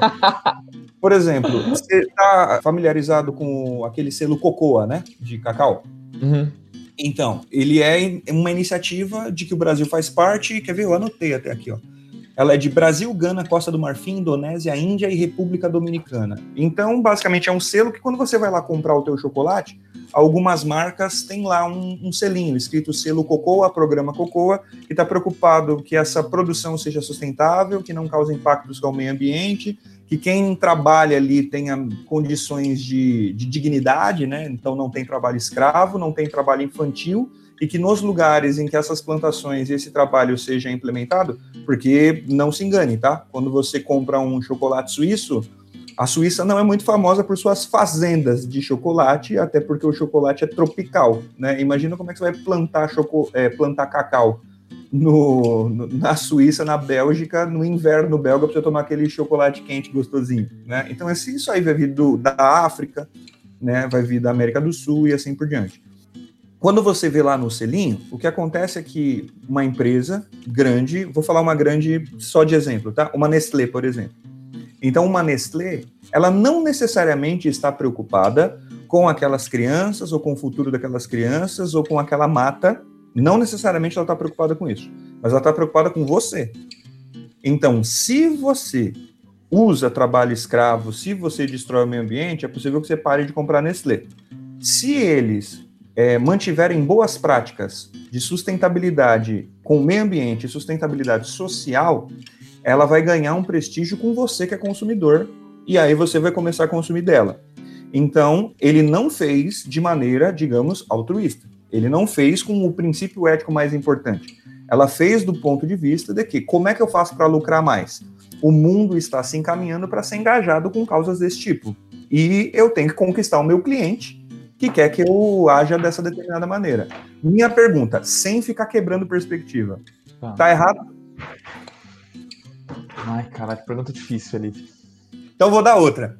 Por exemplo, você está familiarizado com aquele selo Cocoa, né? De cacau? Uhum. Então, ele é uma iniciativa de que o Brasil faz parte. Quer ver? Eu anotei até aqui, ó. Ela é de Brasil, Gana, Costa do Marfim, Indonésia, Índia e República Dominicana. Então, basicamente, é um selo que quando você vai lá comprar o teu chocolate, algumas marcas têm lá um selinho escrito selo Cocoa, programa Cocoa, que está preocupado que essa produção seja sustentável, que não cause impactos ao meio ambiente, que quem trabalha ali tenha condições de dignidade, né? Então não tem trabalho escravo, não tem trabalho infantil e que nos lugares em que essas plantações e esse trabalho seja implementado, porque não se engane, tá? Quando você compra um chocolate suíço, a Suíça não é muito famosa por suas fazendas de chocolate, até porque o chocolate é tropical, né? Imagina como é que você vai plantar cacau na Suíça, na Bélgica, no inverno belga, para você tomar aquele chocolate quente gostosinho, né? Então, isso aí vai vir da África, né? Vai vir da América do Sul e assim por diante. Quando você vê lá no selinho, o que acontece é que uma empresa grande, vou falar uma grande só de exemplo, tá? Uma Nestlé, por exemplo. Então, uma Nestlé, ela não necessariamente está preocupada com aquelas crianças, ou com o futuro daquelas crianças, ou com aquela mata. Não necessariamente ela está preocupada com isso, mas ela está preocupada com você. Então, se você usa trabalho escravo, se você destrói o meio ambiente, é possível que você pare de comprar Nestlé. Se eles mantiverem boas práticas de sustentabilidade com o meio ambiente e sustentabilidade social, ela vai ganhar um prestígio com você que é consumidor, e aí você vai começar a consumir dela. Então, ele não fez de maneira, digamos, altruísta. Ele não fez com o princípio ético mais importante. Ela fez do ponto de vista de que, como é que eu faço para lucrar mais? O mundo está se encaminhando para ser engajado com causas desse tipo. E eu tenho que conquistar o meu cliente, que quer que eu haja dessa determinada maneira. Minha pergunta, sem ficar quebrando perspectiva. Tá errado? Ai, cara, que pergunta difícil, Felipe. Então vou dar outra.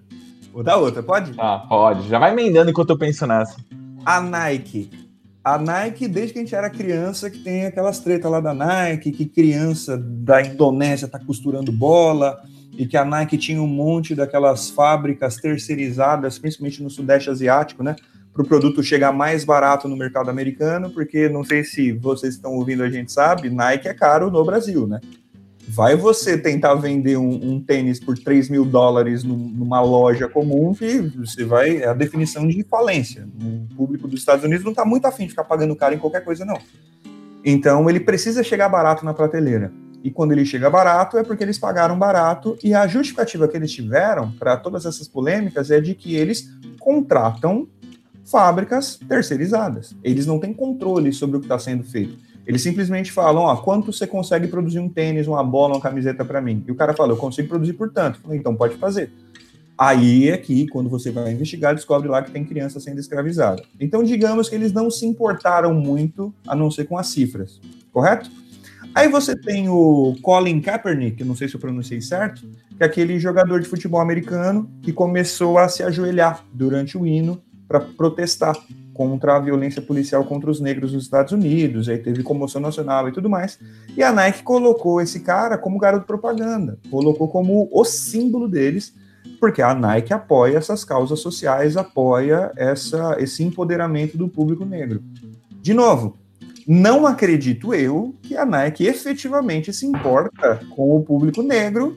Pode? Pode. Já vai emendando enquanto eu penso nessa. A Nike, desde que a gente era criança, que tem aquelas tretas lá da Nike, que criança da Indonésia tá costurando bola, e que a Nike tinha um monte daquelas fábricas terceirizadas, principalmente no Sudeste Asiático, né? Para o produto chegar mais barato no mercado americano, porque não sei se vocês estão ouvindo, a gente sabe, Nike é caro no Brasil, né? Vai você tentar vender um tênis por $3.000 numa loja comum, que você vai... É a definição de falência. O público dos Estados Unidos não está muito afim de ficar pagando caro em qualquer coisa, não. Então, ele precisa chegar barato na prateleira. E quando ele chega barato, é porque eles pagaram barato, e a justificativa que eles tiveram para todas essas polêmicas é de que eles contratam fábricas terceirizadas. Eles não têm controle sobre o que está sendo feito. Eles simplesmente falam, quanto você consegue produzir um tênis, uma bola, uma camiseta para mim? E o cara fala, eu consigo produzir por tanto. Eu falei, então pode fazer. Aí é que, quando você vai investigar, descobre lá que tem criança sendo escravizada. Então, digamos que eles não se importaram muito, a não ser com as cifras, correto? Aí você tem o Colin Kaepernick, não sei se eu pronunciei certo, que é aquele jogador de futebol americano que começou a se ajoelhar durante o hino para protestar contra a violência policial contra os negros nos Estados Unidos, aí teve comoção nacional e tudo mais, e a Nike colocou esse cara como garoto propaganda, colocou como o símbolo deles, porque a Nike apoia essas causas sociais, apoia esse empoderamento do público negro. De novo, não acredito eu que a Nike efetivamente se importa com o público negro,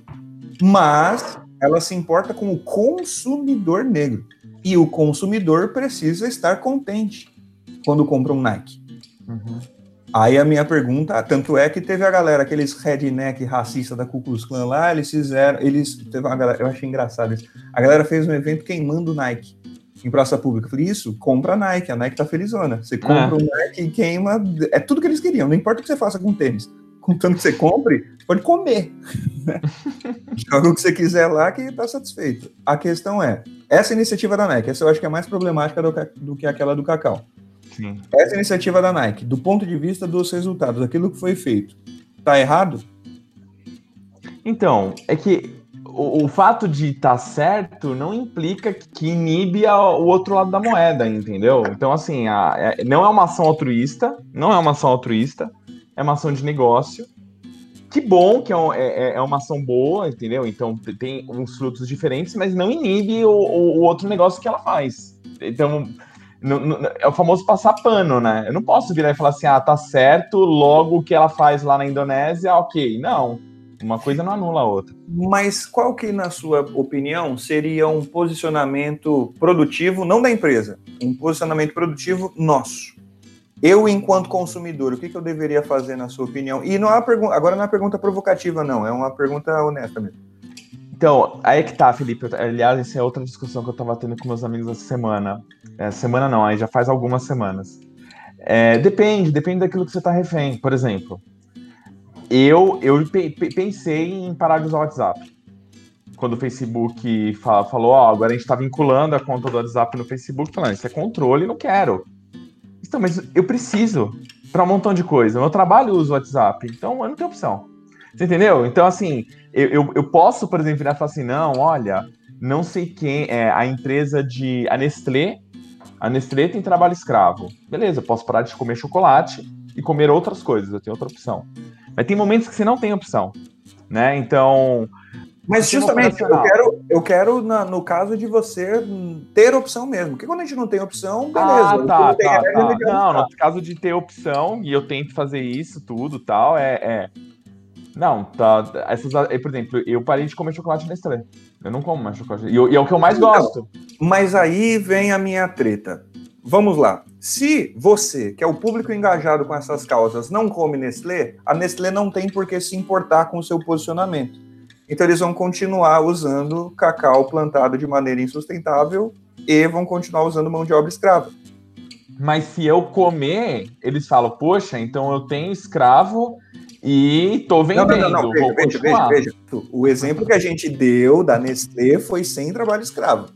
mas ela se importa com o consumidor negro. E o consumidor precisa estar contente quando compra um Nike. Uhum. Aí a minha pergunta, tanto é que teve a galera, aqueles redneck racista da Ku Klux Klan lá, teve uma galera, eu achei engraçado isso. A galera fez um evento queimando o Nike em praça pública. Eu falei, isso, compra a Nike tá felizona. Você compra o Nike e queima, é tudo que eles queriam, não importa o que você faça com o tênis. Contanto que você compre, você pode comer. Joga o que você quiser lá que tá satisfeito. A questão é, essa iniciativa da Nike, essa eu acho que é mais problemática do que aquela do Cacau. Sim. Essa iniciativa da Nike, do ponto de vista dos resultados, aquilo que foi feito, tá errado? Então, é que o fato de estar certo não implica que inibe o outro lado da moeda, entendeu? Então, assim, não é uma ação altruísta, é uma ação de negócio. Que bom que é uma ação boa, entendeu? Então tem uns frutos diferentes, mas não inibe o outro negócio que ela faz. Então, é o famoso passar pano, né? Eu não posso virar e falar assim, tá certo, logo o que ela faz lá na Indonésia, ok. Não, uma coisa não anula a outra. Mas qual que, na sua opinião, seria um posicionamento produtivo, não da empresa, um posicionamento produtivo nosso? Eu, enquanto consumidor, o que eu deveria fazer, na sua opinião? E não é agora não é uma pergunta provocativa, não. É uma pergunta honesta mesmo. Então, aí que tá, Felipe. Aliás, essa é outra discussão que eu tava tendo com meus amigos essa semana. Semana não, aí já faz algumas semanas. Depende daquilo que você está refém. Por exemplo, eu pensei em parar de usar o WhatsApp. Quando o Facebook falou, agora a gente está vinculando a conta do WhatsApp no Facebook, falando, isso é controle, não quero. Então, mas eu preciso para um montão de coisa. No meu trabalho eu uso o WhatsApp, então eu não tenho opção. Você entendeu? Então, assim, eu posso, por exemplo, virar e falar assim, não, olha, não sei quem, a empresa a Nestlé tem trabalho escravo. Beleza, eu posso parar de comer chocolate e comer outras coisas, eu tenho outra opção. Mas tem momentos que você não tem opção, né? Então... Mas justamente, eu quero no caso de você ter opção mesmo. Porque quando a gente não tem opção, beleza. Tá. Não, no caso de ter opção, e eu tento fazer isso, tudo, tal, Não, tá. Por exemplo, eu parei de comer chocolate Nestlé. Eu não como mais chocolate. E é o que eu mais gosto. Mas aí vem a minha treta. Vamos lá. Se você, que é o público engajado com essas causas, não come Nestlé, a Nestlé não tem por que se importar com o seu posicionamento. Então eles vão continuar usando cacau plantado de maneira insustentável e vão continuar usando mão de obra escrava. Mas se eu comer, eles falam, poxa, então eu tenho escravo e tô vendendo. Não. Veja. O exemplo que a gente deu da Nestlé foi sem trabalho escravo.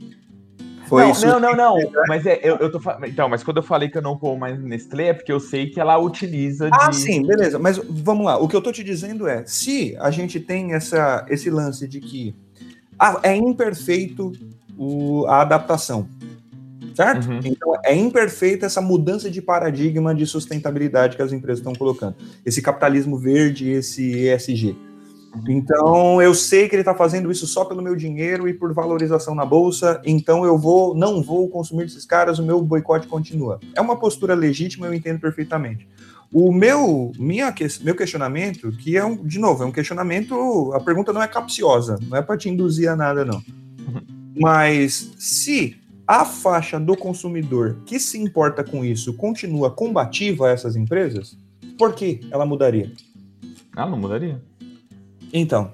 Não. Mas mas quando eu falei que eu não como mais Nestlé, é porque eu sei que ela utiliza de... sim, beleza. Mas vamos lá. O que eu tô te dizendo é, se a gente tem esse lance de que é imperfeito a adaptação, certo? Uhum. Então, é imperfeita essa mudança de paradigma de sustentabilidade que as empresas estão colocando. Esse capitalismo verde, esse ESG. Então, eu sei que ele está fazendo isso só pelo meu dinheiro e por valorização na bolsa, então eu não vou consumir desses caras, o meu boicote continua. É uma postura legítima, eu entendo perfeitamente. O meu questionamento, que é de novo, é um questionamento, a pergunta não é capciosa, não é para te induzir a nada, não. Mas se a faixa do consumidor que se importa com isso continua combativa a essas empresas, por que ela mudaria? Não mudaria. Então,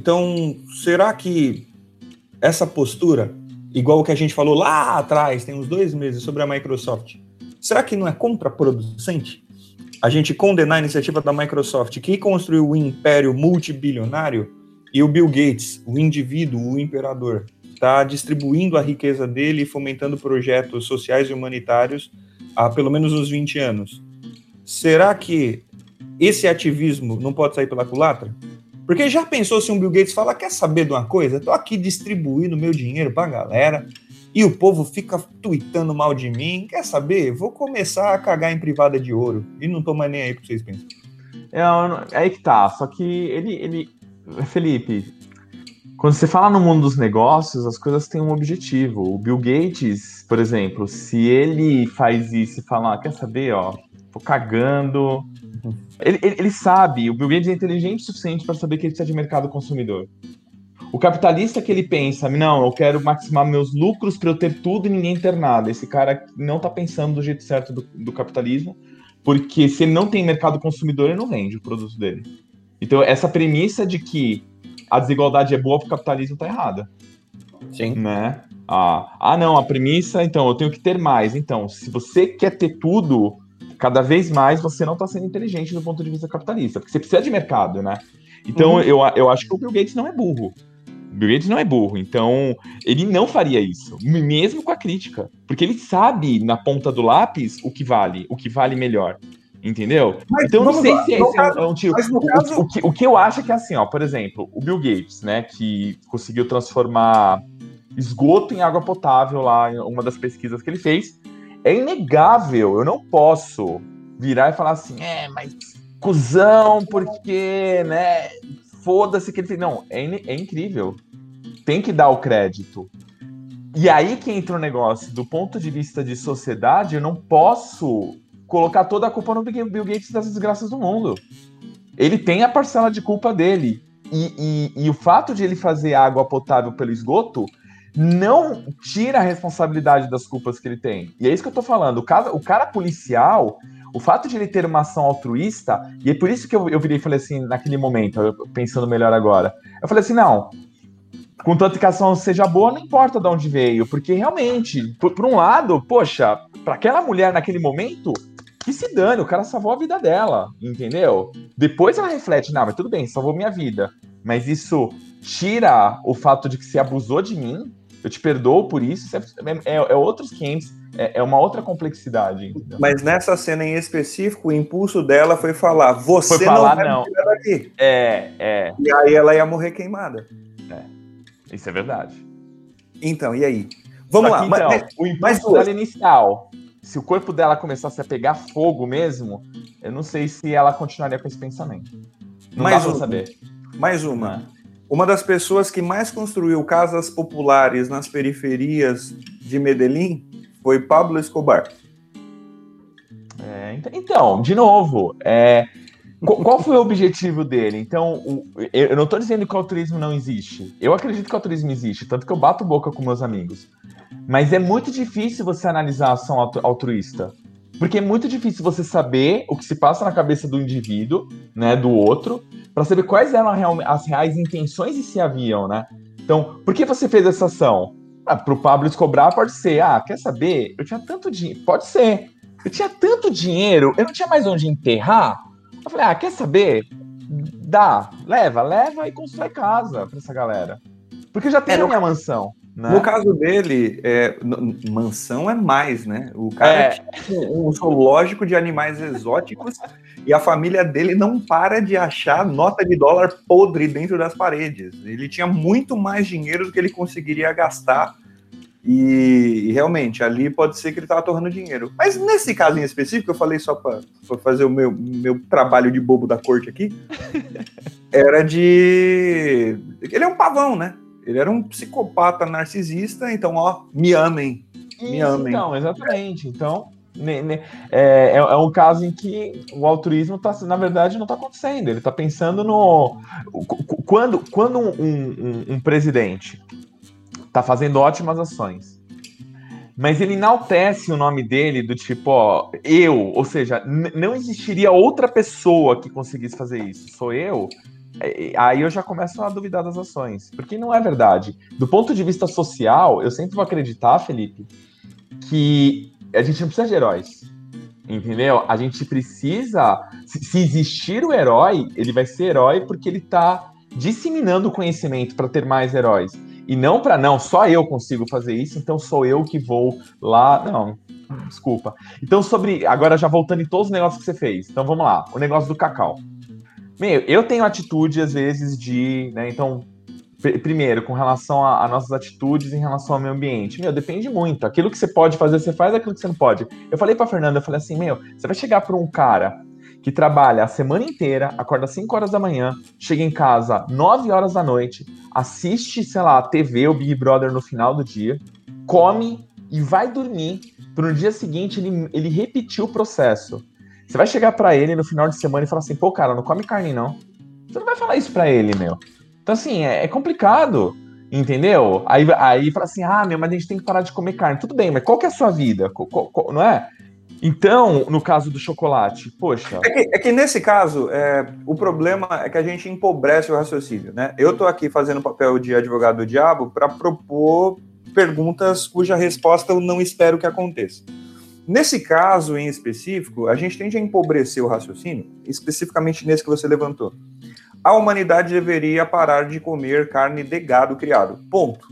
será que essa postura, igual o que a gente falou lá atrás, tem uns 2 meses, sobre a Microsoft, será que não é contraproducente a gente condenar a iniciativa da Microsoft, que construiu o império multibilionário, e o Bill Gates, o indivíduo, o imperador, está distribuindo a riqueza dele e fomentando projetos sociais e humanitários há pelo menos uns 20 anos? Será que esse ativismo não pode sair pela culatra? Porque já pensou se um Bill Gates fala, quer saber de uma coisa? Tô aqui distribuindo meu dinheiro pra galera e o povo fica tweetando mal de mim. Quer saber? Vou começar a cagar em privada de ouro. E não tô mais nem aí pro que vocês pensam. É aí que tá. Só que Felipe, quando você fala no mundo dos negócios, as coisas têm um objetivo. O Bill Gates, por exemplo, se ele faz isso e fala, quer saber, tô cagando... Ele sabe, o Bill Gates é inteligente o suficiente para saber que ele precisa de mercado consumidor. O capitalista que ele pensa, não, eu quero maximar meus lucros para eu ter tudo e ninguém ter nada. Esse cara não está pensando do jeito certo do capitalismo, porque se ele não tem mercado consumidor, ele não vende o produto dele. Então, essa premissa de que a desigualdade é boa para o capitalismo está errada. Sim. Né? Não, a premissa, então, eu tenho que ter mais. Então, se você quer ter tudo... Cada vez mais você não está sendo inteligente do ponto de vista capitalista, porque você precisa de mercado, né? Então, eu acho que o Bill Gates não é burro. O Bill Gates não é burro, então ele não faria isso, mesmo com a crítica, porque ele sabe, na ponta do lápis, o que vale melhor, entendeu? Mas, então, eu não sei se esse caso, é um tio. O que eu acho é que, assim, por exemplo, o Bill Gates, né, que conseguiu transformar esgoto em água potável lá, em uma das pesquisas que ele fez, é inegável, eu não posso virar e falar assim, mas cuzão, porque, né, foda-se que ele fez. Não, é incrível. Tem que dar o crédito. E aí que entra o negócio, do ponto de vista de sociedade, eu não posso colocar toda a culpa no Bill Gates das desgraças do mundo. Ele tem a parcela de culpa dele. E o fato de ele fazer água potável pelo esgoto não tira a responsabilidade das culpas que ele tem. E é isso que eu tô falando. O cara policial, o fato de ele ter uma ação altruísta, e é por isso que eu virei e falei assim, naquele momento, pensando melhor agora, eu falei assim, não, contanto que a ação seja boa, não importa de onde veio, porque realmente, por um lado, poxa, para aquela mulher naquele momento, que se dane, o cara salvou a vida dela, entendeu? Depois ela reflete, não, mas tudo bem, salvou minha vida. Mas isso tira o fato de que você abusou de mim, eu te perdoo por isso, é outros 500, é uma outra complexidade, entendeu? Mas nessa cena em específico, o impulso dela foi falar, você Foi falar, não vai me tirar daqui. E aí ela ia morrer queimada. Isso é verdade. Então, e aí? Vamos lá. Então, o impulso dela inicial, se o corpo dela começasse a pegar fogo mesmo, eu não sei se ela continuaria com esse pensamento. Não dá pra saber. Mais uma. Uma das pessoas que mais construiu casas populares nas periferias de Medellín foi Pablo Escobar. Então, de novo, qual foi o objetivo dele? Então, eu não estou dizendo que o altruísmo não existe. Eu acredito que o altruísmo existe, tanto que eu bato boca com meus amigos. Mas é muito difícil você analisar a ação altruísta. Porque é muito difícil você saber o que se passa na cabeça do indivíduo, né, do outro, para saber quais eram as reais intenções e se haviam, né? Então, por que você fez essa ação? Para o Pablo Escobar pode ser, quer saber? Eu tinha tanto dinheiro, pode ser. Eu tinha tanto dinheiro, eu não tinha mais onde enterrar. Eu falei, quer saber? Leva e constrói casa para essa galera. Porque eu já tenho a minha mansão. Né? No caso dele, mansão é mais, né? O cara tinha um zoológico de animais exóticos e a família dele não para de achar nota de dólar podre dentro das paredes. Ele tinha muito mais dinheiro do que ele conseguiria gastar e realmente, ali pode ser que ele estava torrando dinheiro. Mas nesse caso em específico, eu falei só para fazer o meu trabalho de bobo da corte aqui, era de... Ele é um pavão, né? Ele era um psicopata narcisista, então, me amem. Me amem. Então, exatamente. Então, é um caso em que o altruísmo, na verdade, não está acontecendo. Ele está pensando no... Quando um presidente está fazendo ótimas ações, mas ele enaltece o nome dele do tipo, ou seja, não existiria outra pessoa que conseguisse fazer isso, sou eu... Aí eu já começo a duvidar das ações, porque não é verdade. Do ponto de vista social, eu sempre vou acreditar, Felipe, que a gente não precisa de heróis, entendeu? A gente precisa, se existir o herói, ele vai ser herói porque ele está disseminando o conhecimento para ter mais heróis. E não só eu consigo fazer isso, então sou eu que vou lá. Não, desculpa. Então, agora já voltando em todos os negócios que você fez. Então vamos lá, o negócio do cacau. Eu tenho atitude, às vezes, né? Então, primeiro, com relação a nossas atitudes em relação ao meio ambiente. Depende muito. Aquilo que você pode fazer, você faz. Aquilo que você não pode. Eu falei pra Fernanda, eu falei assim, você vai chegar pra um cara que trabalha a semana inteira, acorda às 5 horas da manhã, chega em casa 9 horas da noite, assiste, sei lá, a TV, o Big Brother no final do dia, come e vai dormir, para no dia seguinte ele repetir o processo. Você vai chegar pra ele no final de semana e falar assim, pô, cara, não come carne, não. Você não vai falar isso pra ele, meu. Então, assim, é complicado, entendeu? Aí fala assim, mas a gente tem que parar de comer carne. Tudo bem, mas qual que é a sua vida? Não é? Então, no caso do chocolate, poxa... É que nesse caso, o problema é que a gente empobrece o raciocínio, né? Eu tô aqui fazendo o papel de advogado do diabo para propor perguntas cuja resposta eu não espero que aconteça. Nesse caso em específico, a gente tende a empobrecer o raciocínio, especificamente nesse que você levantou. A humanidade deveria parar de comer carne de gado criado. Ponto.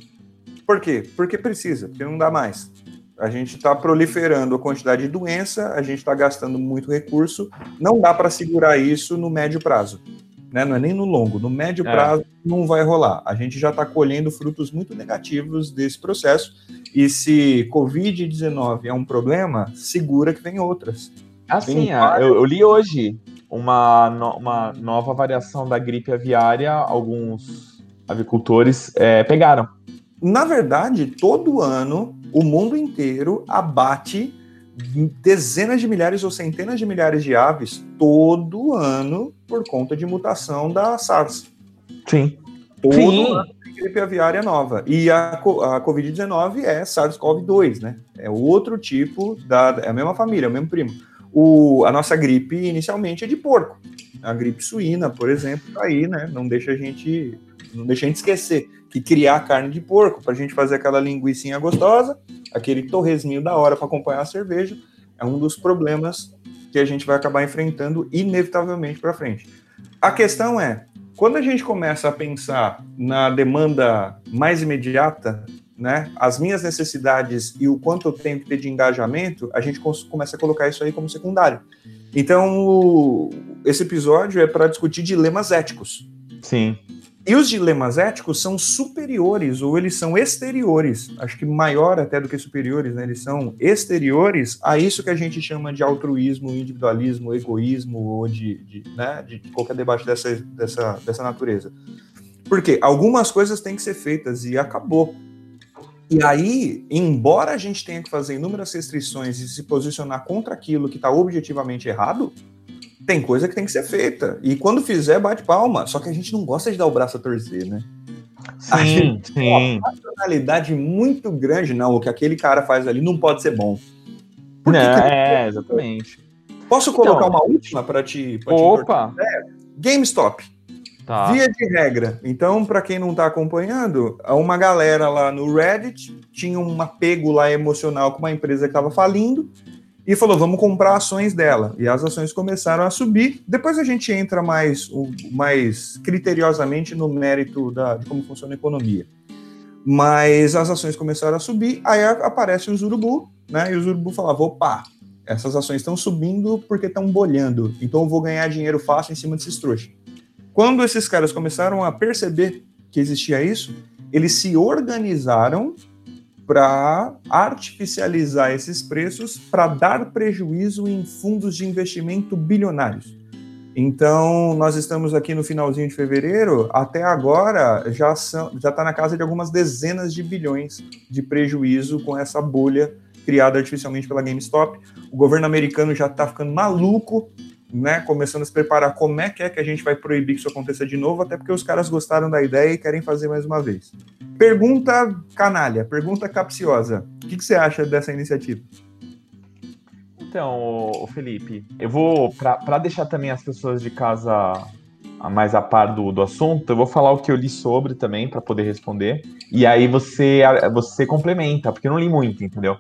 Por quê? Porque precisa, porque não dá mais. A gente está proliferando a quantidade de doença, a gente está gastando muito recurso, não dá para segurar isso no médio prazo. Né? Não é nem no longo, no médio prazo não vai rolar. A gente já está colhendo frutos muito negativos desse processo, e se Covid-19 é um problema, segura que vem outras. Assim, eu li hoje uma nova variação da gripe aviária, alguns avicultores pegaram. Na verdade, todo ano, o mundo inteiro abate dezenas de milhares ou centenas de milhares de aves todo ano por conta de mutação da SARS. Sim. Todo ano tem gripe aviária nova. E a Covid-19 é SARS-CoV-2, né? É outro tipo, é a mesma família, é o mesmo primo. A nossa gripe, inicialmente, é de porco. A gripe suína, por exemplo, tá aí, né? Não deixa a gente esquecer que criar carne de porco para a gente fazer aquela linguicinha gostosa, aquele torresminho da hora para acompanhar a cerveja, É um dos problemas que a gente vai acabar enfrentando inevitavelmente para frente. A questão é, quando a gente começa a pensar na demanda mais imediata, né, as minhas necessidades e o quanto eu tenho que ter de engajamento, a gente começa a colocar isso aí como secundário. Então, esse episódio é para discutir dilemas éticos. Sim. E os dilemas éticos são superiores, ou eles são exteriores, acho que maior até do que superiores, né? Eles são exteriores a isso que a gente chama de altruísmo, individualismo, egoísmo, ou de qualquer debate dessa natureza. Porque algumas coisas têm que ser feitas e acabou. E aí, embora a gente tenha que fazer inúmeras restrições e se posicionar contra aquilo que está objetivamente errado, tem coisa que tem que ser feita. E quando fizer, bate palma. Só que a gente não gosta de dar o braço a torcer, né? Sim, a gente tem uma personalidade muito grande. Não, o que aquele cara faz ali não pode ser bom. Não, exatamente. Posso colocar uma última para te Opa! GameStop. Tá. Via de regra. Então, para quem não está acompanhando, uma galera lá no Reddit tinha um apego lá emocional com uma empresa que estava falindo e falou, vamos comprar ações dela. E as ações começaram a subir. Depois a gente entra mais criteriosamente no mérito de como funciona a economia. Mas as ações começaram a subir, aí aparece os urubu, né? E os urubu falavam, opa, essas ações estão subindo porque estão bolhando, então eu vou ganhar dinheiro fácil em cima desses trouxas. Quando esses caras começaram a perceber que existia isso, eles se organizaram para artificializar esses preços para dar prejuízo em fundos de investimento bilionários. Então, nós estamos aqui no finalzinho de fevereiro, até agora já está na casa de algumas dezenas de bilhões de prejuízo com essa bolha criada artificialmente pela GameStop. O governo americano já está ficando maluco, né, começando a se preparar como é que a gente vai proibir que isso aconteça de novo, até porque os caras gostaram da ideia e querem fazer mais uma vez. Pergunta canalha, pergunta capciosa. O que você acha dessa iniciativa? Então, Felipe, eu vou, para deixar também as pessoas de casa mais a par do assunto, eu vou falar o que eu li sobre também, para poder responder, e aí você complementa, porque eu não li muito, entendeu?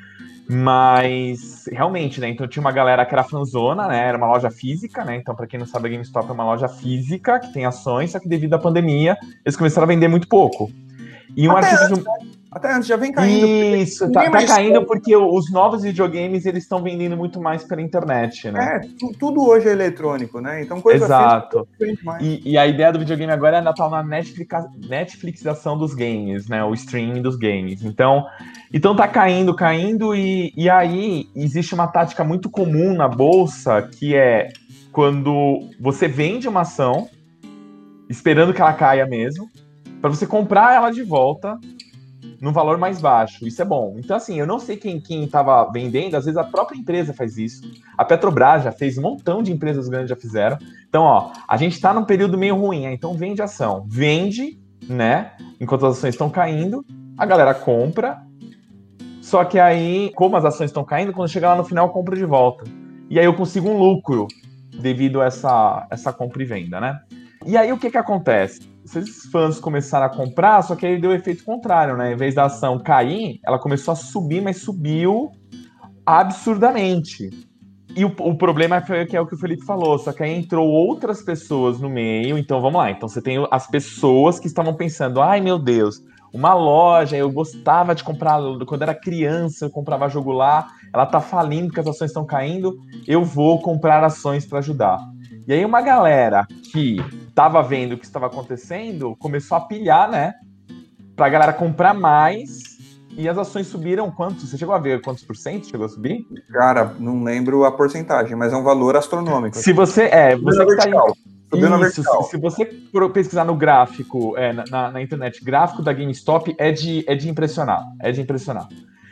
Mas, realmente, né, então tinha uma galera que era fanzona, né, era uma loja física, né, então para quem não sabe, a GameStop é uma loja física que tem ações, só que devido à pandemia, eles começaram a vender muito pouco. E um artigo... Até antes, já vem caindo. Isso, tá caindo porque os novos videogames, eles estão vendendo muito mais pela internet, né? Tudo hoje é eletrônico, né, então coisa exato. E a ideia do videogame agora é na tal Netflixização dos games, né, o streaming dos games. Então tá caindo, e aí existe uma tática muito comum na bolsa, que é quando você vende uma ação, esperando que ela caia mesmo, para você comprar ela de volta num valor mais baixo. Isso é bom. Então, assim, eu não sei quem estava vendendo, às vezes a própria empresa faz isso. A Petrobras já fez, um montão de empresas grandes já fizeram. Então, ó, a gente está num período meio ruim, então vende ação. Vende, né? Enquanto as ações estão caindo, a galera compra. Só que aí, como as ações estão caindo, quando chegar lá no final, eu compro de volta. E aí eu consigo um lucro devido a essa compra e venda, né? E aí o que acontece? Esses fãs começaram a comprar, só que aí deu o efeito contrário, né? Em vez da ação cair, ela começou a subir, mas subiu absurdamente. E o problema foi que é o que o Felipe falou, só que aí entrou outras pessoas no meio, então vamos lá. Então você tem as pessoas que estavam pensando, ai meu Deus, uma loja, eu gostava de comprar, quando era criança eu comprava jogo lá, ela tá falindo porque as ações estão caindo, eu vou comprar ações para ajudar. E aí uma galera que estava vendo o que estava acontecendo começou a pilhar, né? Pra galera comprar mais, e as ações subiram quantos? Você chegou a ver quantos por cento chegou a subir? Cara, não lembro a porcentagem, mas é um valor astronômico. Se você que tá aí, isso, se você pesquisar no gráfico, na internet, gráfico da GameStop é de impressionar. É de impressionar.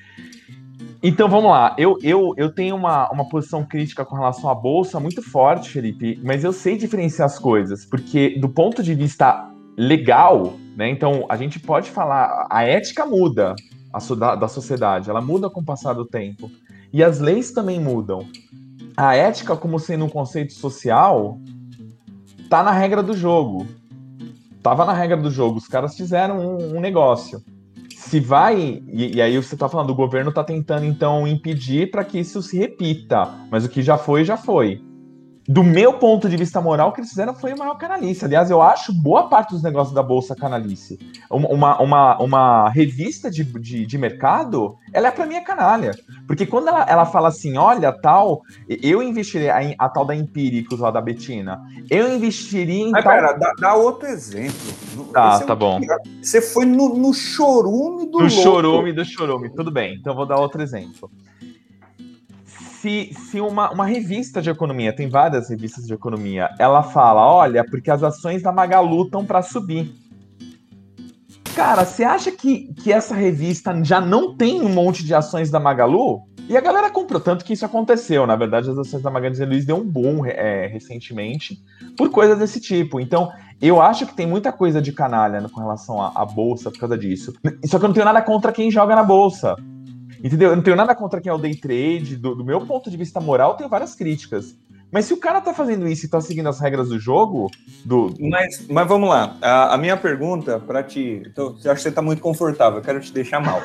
Então vamos lá, eu tenho uma posição crítica com relação à bolsa muito forte, Felipe, mas eu sei diferenciar as coisas, porque do ponto de vista legal, né? Então a gente pode falar, a ética muda da sociedade, ela muda com o passar do tempo, e as leis também mudam. A ética, como sendo um conceito social, tá na regra do jogo. Tava na regra do jogo, os caras fizeram um negócio. se vai, e aí você está falando, o governo está tentando, então, impedir para que isso se repita, mas o que já foi, já foi. Do meu ponto de vista moral, o que eles fizeram foi a maior canalice. Aliás, eu acho boa parte dos negócios da Bolsa canalice. Uma revista de mercado, ela é para mim canalha. Porque quando ela fala assim, olha, tal, eu investiria a tal da Empíricos, lá da Betina, eu investiria em Mas tal... pera, dá outro exemplo. Tá bom. Você foi no chorume do No loto. chorume do chorume. Tudo bem, então eu vou dar outro exemplo. Se uma revista de economia, tem várias revistas de economia, ela fala, olha, porque as ações da Magalu estão para subir. Cara, você acha que essa revista já não tem um monte de ações da Magalu? E a galera comprou, tanto que isso aconteceu. Na verdade, as ações da Magazine Luiza deu um boom recentemente por coisas desse tipo. Então, eu acho que tem muita coisa de canalha com relação à bolsa por causa disso. Só que eu não tenho nada contra quem joga na bolsa. Entendeu? Eu não tenho nada contra quem é o day trade. Do meu ponto de vista moral, eu tenho várias críticas. Mas se o cara tá fazendo isso e tá seguindo as regras do jogo... Mas vamos lá. A minha pergunta para ti... Então, eu acho que você tá muito confortável. Eu quero te deixar mal.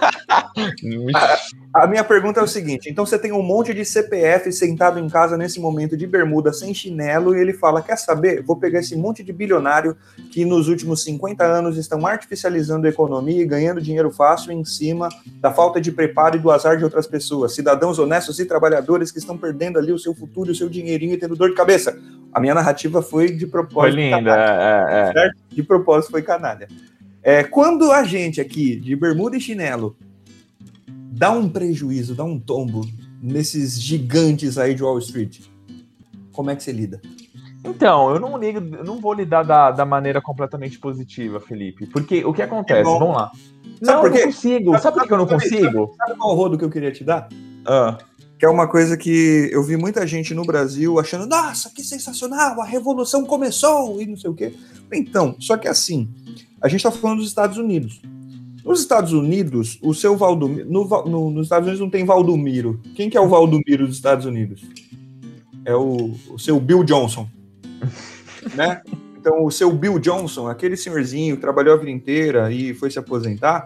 A minha pergunta é o seguinte. Então, você tem um monte de CPF sentado em casa nesse momento de bermuda, sem chinelo, e ele fala, quer saber? Vou pegar esse monte de bilionário que nos últimos 50 anos estão artificializando a economia e ganhando dinheiro fácil em cima da falta de preparo e do azar de outras pessoas. Cidadãos honestos e trabalhadores que estão perdendo ali o seu futuro e o seu dinheirinho e tendo dor de cabeça. A minha narrativa foi de propósito. Foi linda, certo? De propósito foi canalha. Quando a gente aqui, de bermuda e chinelo, dá um prejuízo, dá um tombo nesses gigantes aí de Wall Street, como é que você lida? Então, eu não vou lidar da maneira completamente positiva, Felipe. Porque o que acontece? Vamos lá. Não, eu não consigo. Sabe por que eu não consigo? Sabe qual rodo que eu queria te dar? Que é uma coisa que eu vi muita gente no Brasil achando, nossa, que sensacional, a revolução começou e não sei o quê. Então, só que assim, a gente está falando dos Estados Unidos. Nos Estados Unidos, o seu Valdomiro... nos Estados Unidos não tem Valdomiro. Quem que é o Valdomiro dos Estados Unidos? É o seu Bill Johnson. Né? Então, o seu Bill Johnson, aquele senhorzinho que trabalhou a vida inteira e foi se aposentar,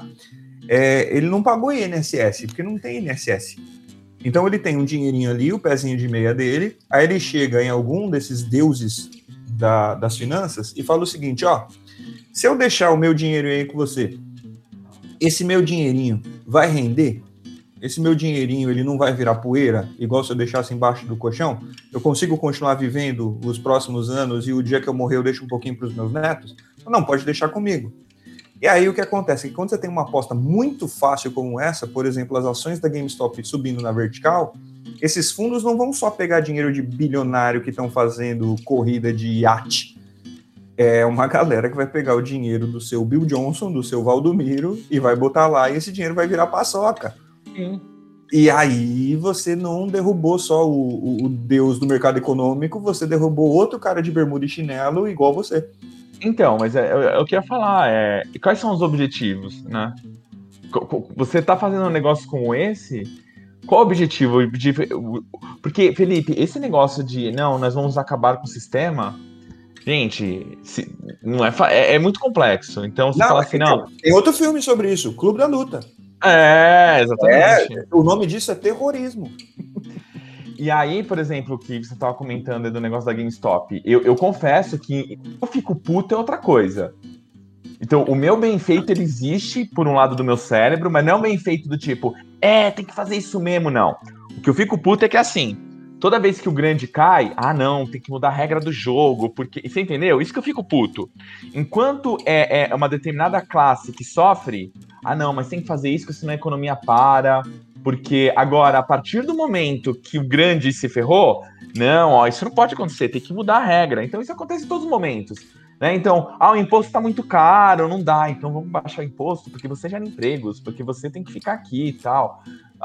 ele não pagou INSS, porque não tem INSS. Então, ele tem um dinheirinho ali, o pezinho de meia dele, aí ele chega em algum desses deuses das finanças e fala o seguinte, ó, se eu deixar o meu dinheiro aí com você, esse meu dinheirinho vai render? Esse meu dinheirinho, ele não vai virar poeira, igual se eu deixasse embaixo do colchão? Eu consigo continuar vivendo os próximos anos e o dia que eu morrer eu deixo um pouquinho para os meus netos? Não, pode deixar comigo. E aí o que acontece? É que quando você tem uma aposta muito fácil como essa, por exemplo, as ações da GameStop subindo na vertical, esses fundos não vão só pegar dinheiro de bilionário que estão fazendo corrida de iate. É uma galera que vai pegar o dinheiro do seu Bill Johnson, do seu Valdomiro, e vai botar lá e esse dinheiro vai virar paçoca. Sim. E aí você não derrubou só o deus do mercado econômico, você derrubou outro cara de bermuda e chinelo igual você. Então, mas eu queria falar, quais são os objetivos, né? Você tá fazendo um negócio como esse, qual o objetivo? Porque, Felipe, esse negócio de, não, nós vamos acabar com o sistema, gente, não é muito complexo. Então, você fala assim, não... Tem outro filme sobre isso, Clube da Luta. Exatamente. O nome disso é terrorismo. E aí, por exemplo, o que você estava comentando do negócio da GameStop, eu confesso que eu fico puto é outra coisa. Então, o meu bem feito, ele existe por um lado do meu cérebro, mas não é um bem feito do tipo, tem que fazer isso mesmo, não. O que eu fico puto é que assim, toda vez que o grande cai, não, tem que mudar a regra do jogo, porque... Você entendeu? Isso que eu fico puto. Enquanto é uma determinada classe que sofre, não, mas tem que fazer isso, porque senão a economia para... Porque agora, a partir do momento que o grande se ferrou, não, isso não pode acontecer, tem que mudar a regra. Então isso acontece em todos os momentos. Né? Então, o imposto está muito caro, não dá, então vamos baixar o imposto, porque você gera empregos, porque você tem que ficar aqui e tal.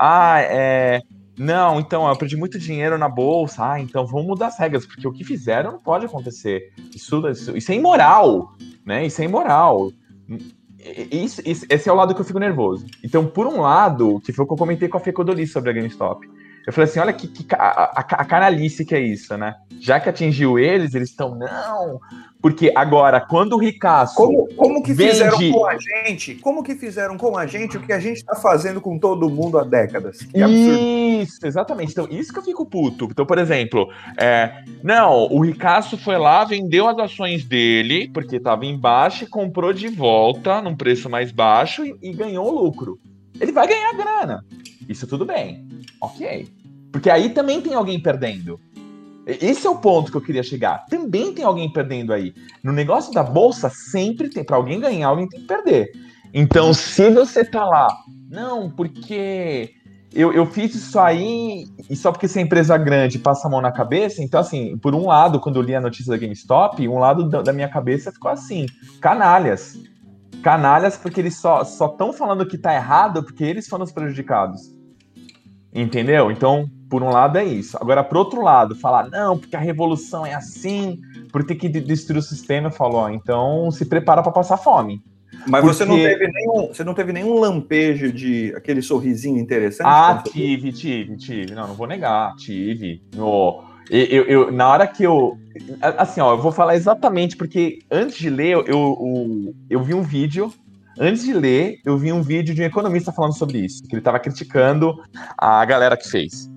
Não, então, eu perdi muito dinheiro na bolsa, então vamos mudar as regras, porque o que fizeram não pode acontecer. Isso é imoral, né? Isso é imoral. Esse é o lado que eu fico nervoso. Então, por um lado, que foi o que eu comentei com a Fê Codoli sobre a GameStop, Eu falei assim, olha a canalice que é isso, né? Já que atingiu eles estão, não... Porque agora, quando o ricaço como que fizeram vende... com a gente? Como que fizeram com a gente o que a gente está fazendo com todo mundo há décadas? Que absurdo. Isso, exatamente. Então, isso que eu fico puto. Então, por exemplo, não, o ricaço foi lá, vendeu as ações dele, porque estava embaixo, e comprou de volta num preço mais baixo e ganhou o lucro. Ele vai ganhar grana. Isso tudo bem. Ok. Porque aí também tem alguém perdendo. Esse é o ponto que eu queria chegar. Também tem alguém perdendo aí. No negócio da bolsa, sempre tem. Para alguém ganhar, alguém tem que perder. Então, se você tá lá, não, porque eu fiz isso aí, e só porque essa empresa grande passa a mão na cabeça. Então, assim, por um lado, quando eu li a notícia da GameStop, um lado da minha cabeça ficou assim: canalhas. Canalhas, porque eles só estão falando que tá errado porque eles foram os prejudicados. Entendeu? Então, por um lado é isso. Agora, por outro lado, falar, não, porque a revolução é assim, por ter que destruir o sistema, eu falo, ó, então se prepara para passar fome. Mas porque... você não teve nenhum lampejo de aquele sorrisinho interessante? Ah, tive. Não vou negar, tive. Eu, na hora que eu... Assim, ó, eu vou falar exatamente, porque antes de ler, eu vi um vídeo. Antes de ler, eu vi um vídeo de um economista falando sobre isso, que ele estava criticando a galera que fez.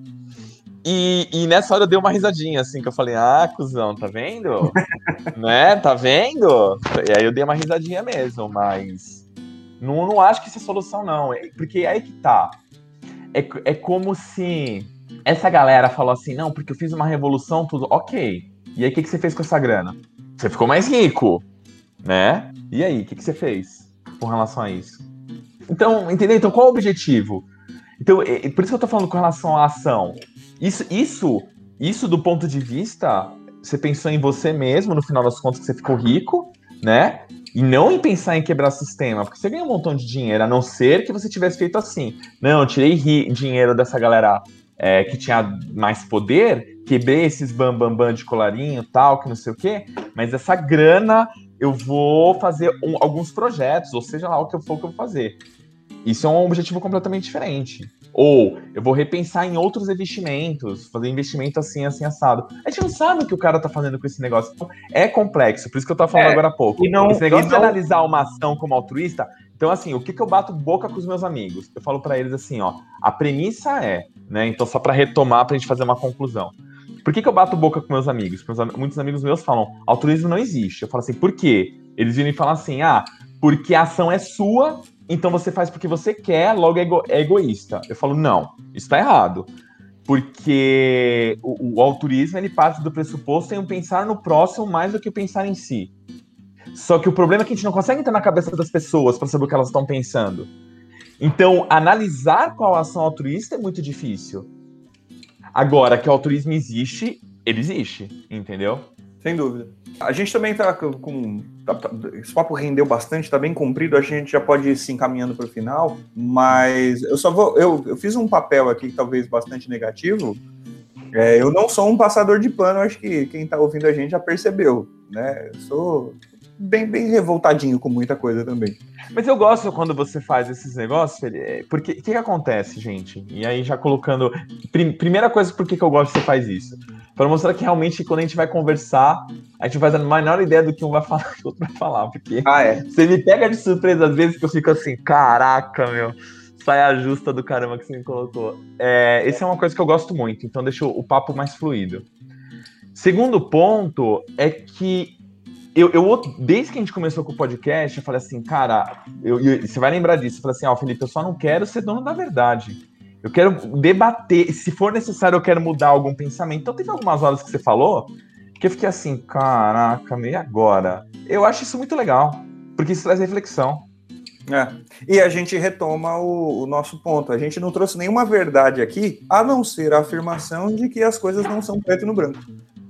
E nessa hora eu dei uma risadinha, assim, que eu falei, cuzão, tá vendo? Né, tá vendo? E aí eu dei uma risadinha mesmo, mas não acho que isso é solução, não. Porque aí que tá. É como se essa galera falou assim, não, porque eu fiz uma revolução, tudo, ok. E aí o que você fez com essa grana? Você ficou mais rico, né? E aí, o que você fez com relação a isso? Então, entendeu? Então, qual é o objetivo? Então, por isso que eu tô falando com relação à ação. Isso do ponto de vista, você pensou em você mesmo, no final das contas, que você ficou rico, né? E não em pensar em quebrar o sistema, porque você ganha um montão de dinheiro, a não ser que você tivesse feito assim. Não, eu tirei dinheiro dessa galera que tinha mais poder, quebrei esses bam de colarinho tal, que não sei o quê, mas essa grana eu vou fazer alguns projetos, ou seja lá o que eu for que eu vou fazer. Isso é um objetivo completamente diferente. Ou eu vou repensar em outros investimentos, fazer investimento assim, assado. A gente não sabe o que o cara tá fazendo com esse negócio. Então, é complexo, por isso que eu tava falando agora há pouco. Esse negócio de analisar uma ação como altruísta, então assim, o que eu bato boca com os meus amigos? Eu falo para eles assim, ó, a premissa é, né, então só para retomar, pra gente fazer uma conclusão. Por que eu bato boca com meus amigos? Muitos amigos meus falam, altruísmo não existe. Eu falo assim, por quê? Eles viram e falam assim, porque a ação é sua, então você faz porque você quer, logo é egoísta. Eu falo, não, isso tá errado. Porque o altruísmo, ele parte do pressuposto em pensar no próximo mais do que pensar em si. Só que o problema é que a gente não consegue entrar na cabeça das pessoas para saber o que elas estão pensando. Então, analisar qual ação altruísta é muito difícil. Agora, que o altruísmo existe, ele existe, entendeu? Sem dúvida. A gente também tá com... esse papo rendeu bastante, tá bem comprido, a gente já pode ir se encaminhando para o final, mas eu só vou... Eu fiz um papel aqui, talvez bastante negativo. Eu não sou um passador de pano, acho que quem tá ouvindo a gente já percebeu, né? Eu sou bem revoltadinho com muita coisa também. Mas eu gosto quando você faz esses negócios, porque o que acontece, gente? E aí já colocando... Primeira coisa, por que eu gosto que você faz isso? Para mostrar que realmente quando a gente vai conversar, a gente vai dando a menor ideia do que um vai falar que o outro vai falar. Porque você me pega de surpresa às vezes que eu fico assim, caraca, meu, saia justa do caramba que você me colocou. Essa é uma coisa que eu gosto muito, então deixa o papo mais fluido. Segundo ponto é que eu desde que a gente começou com o podcast, eu falei assim, cara, você vai lembrar disso, eu falei assim, Felipe, eu só não quero ser dono da verdade. Eu quero debater, se for necessário, eu quero mudar algum pensamento. Então, teve algumas horas que você falou que eu fiquei assim, caraca, e agora? Eu acho isso muito legal, porque isso traz reflexão. E a gente retoma o nosso ponto. A gente não trouxe nenhuma verdade aqui, a não ser a afirmação de que as coisas não são preto no branco.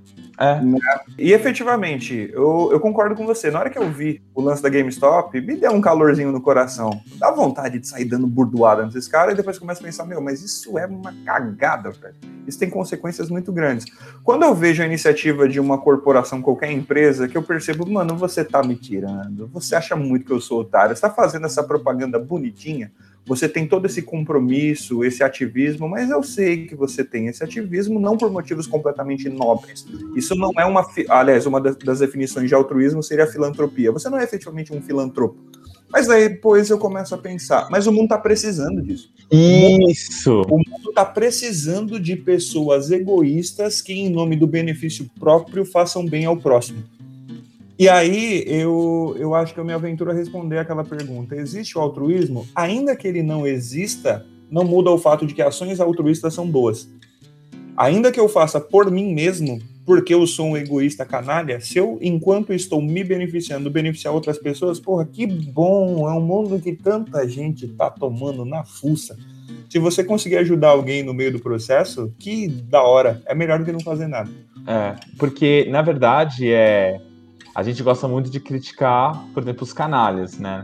E efetivamente, eu concordo com você. Na hora que eu vi o lance da GameStop, me deu um calorzinho no coração. Dá vontade de sair dando burdoada nesses caras e depois começa a pensar, mas isso é uma cagada, velho. Isso tem consequências muito grandes. Quando eu vejo a iniciativa de uma corporação, qualquer empresa, que eu percebo, mano, você tá me tirando, você acha muito que eu sou otário, você tá fazendo essa propaganda bonitinha, você tem todo esse compromisso, esse ativismo, mas eu sei que você tem esse ativismo não por motivos completamente nobres. Isso não é aliás, uma das definições de altruísmo seria a filantropia. Você não é efetivamente um filantropo. Mas aí depois eu começo a pensar, mas o mundo está precisando disso. Isso! O mundo está precisando de pessoas egoístas que, em nome do benefício próprio, façam bem ao próximo. E aí, eu acho que eu me aventuro a responder aquela pergunta. Existe o altruísmo? Ainda que ele não exista, não muda o fato de que ações altruístas são boas. Ainda que eu faça por mim mesmo, porque eu sou um egoísta canalha, se eu, enquanto estou me beneficiando, beneficiar outras pessoas, porra, que bom, é um mundo que tanta gente tá tomando na fuça. Se você conseguir ajudar alguém no meio do processo, que da hora, é melhor do que não fazer nada. Porque, na verdade, a gente gosta muito de criticar, por exemplo, os canalhas, né?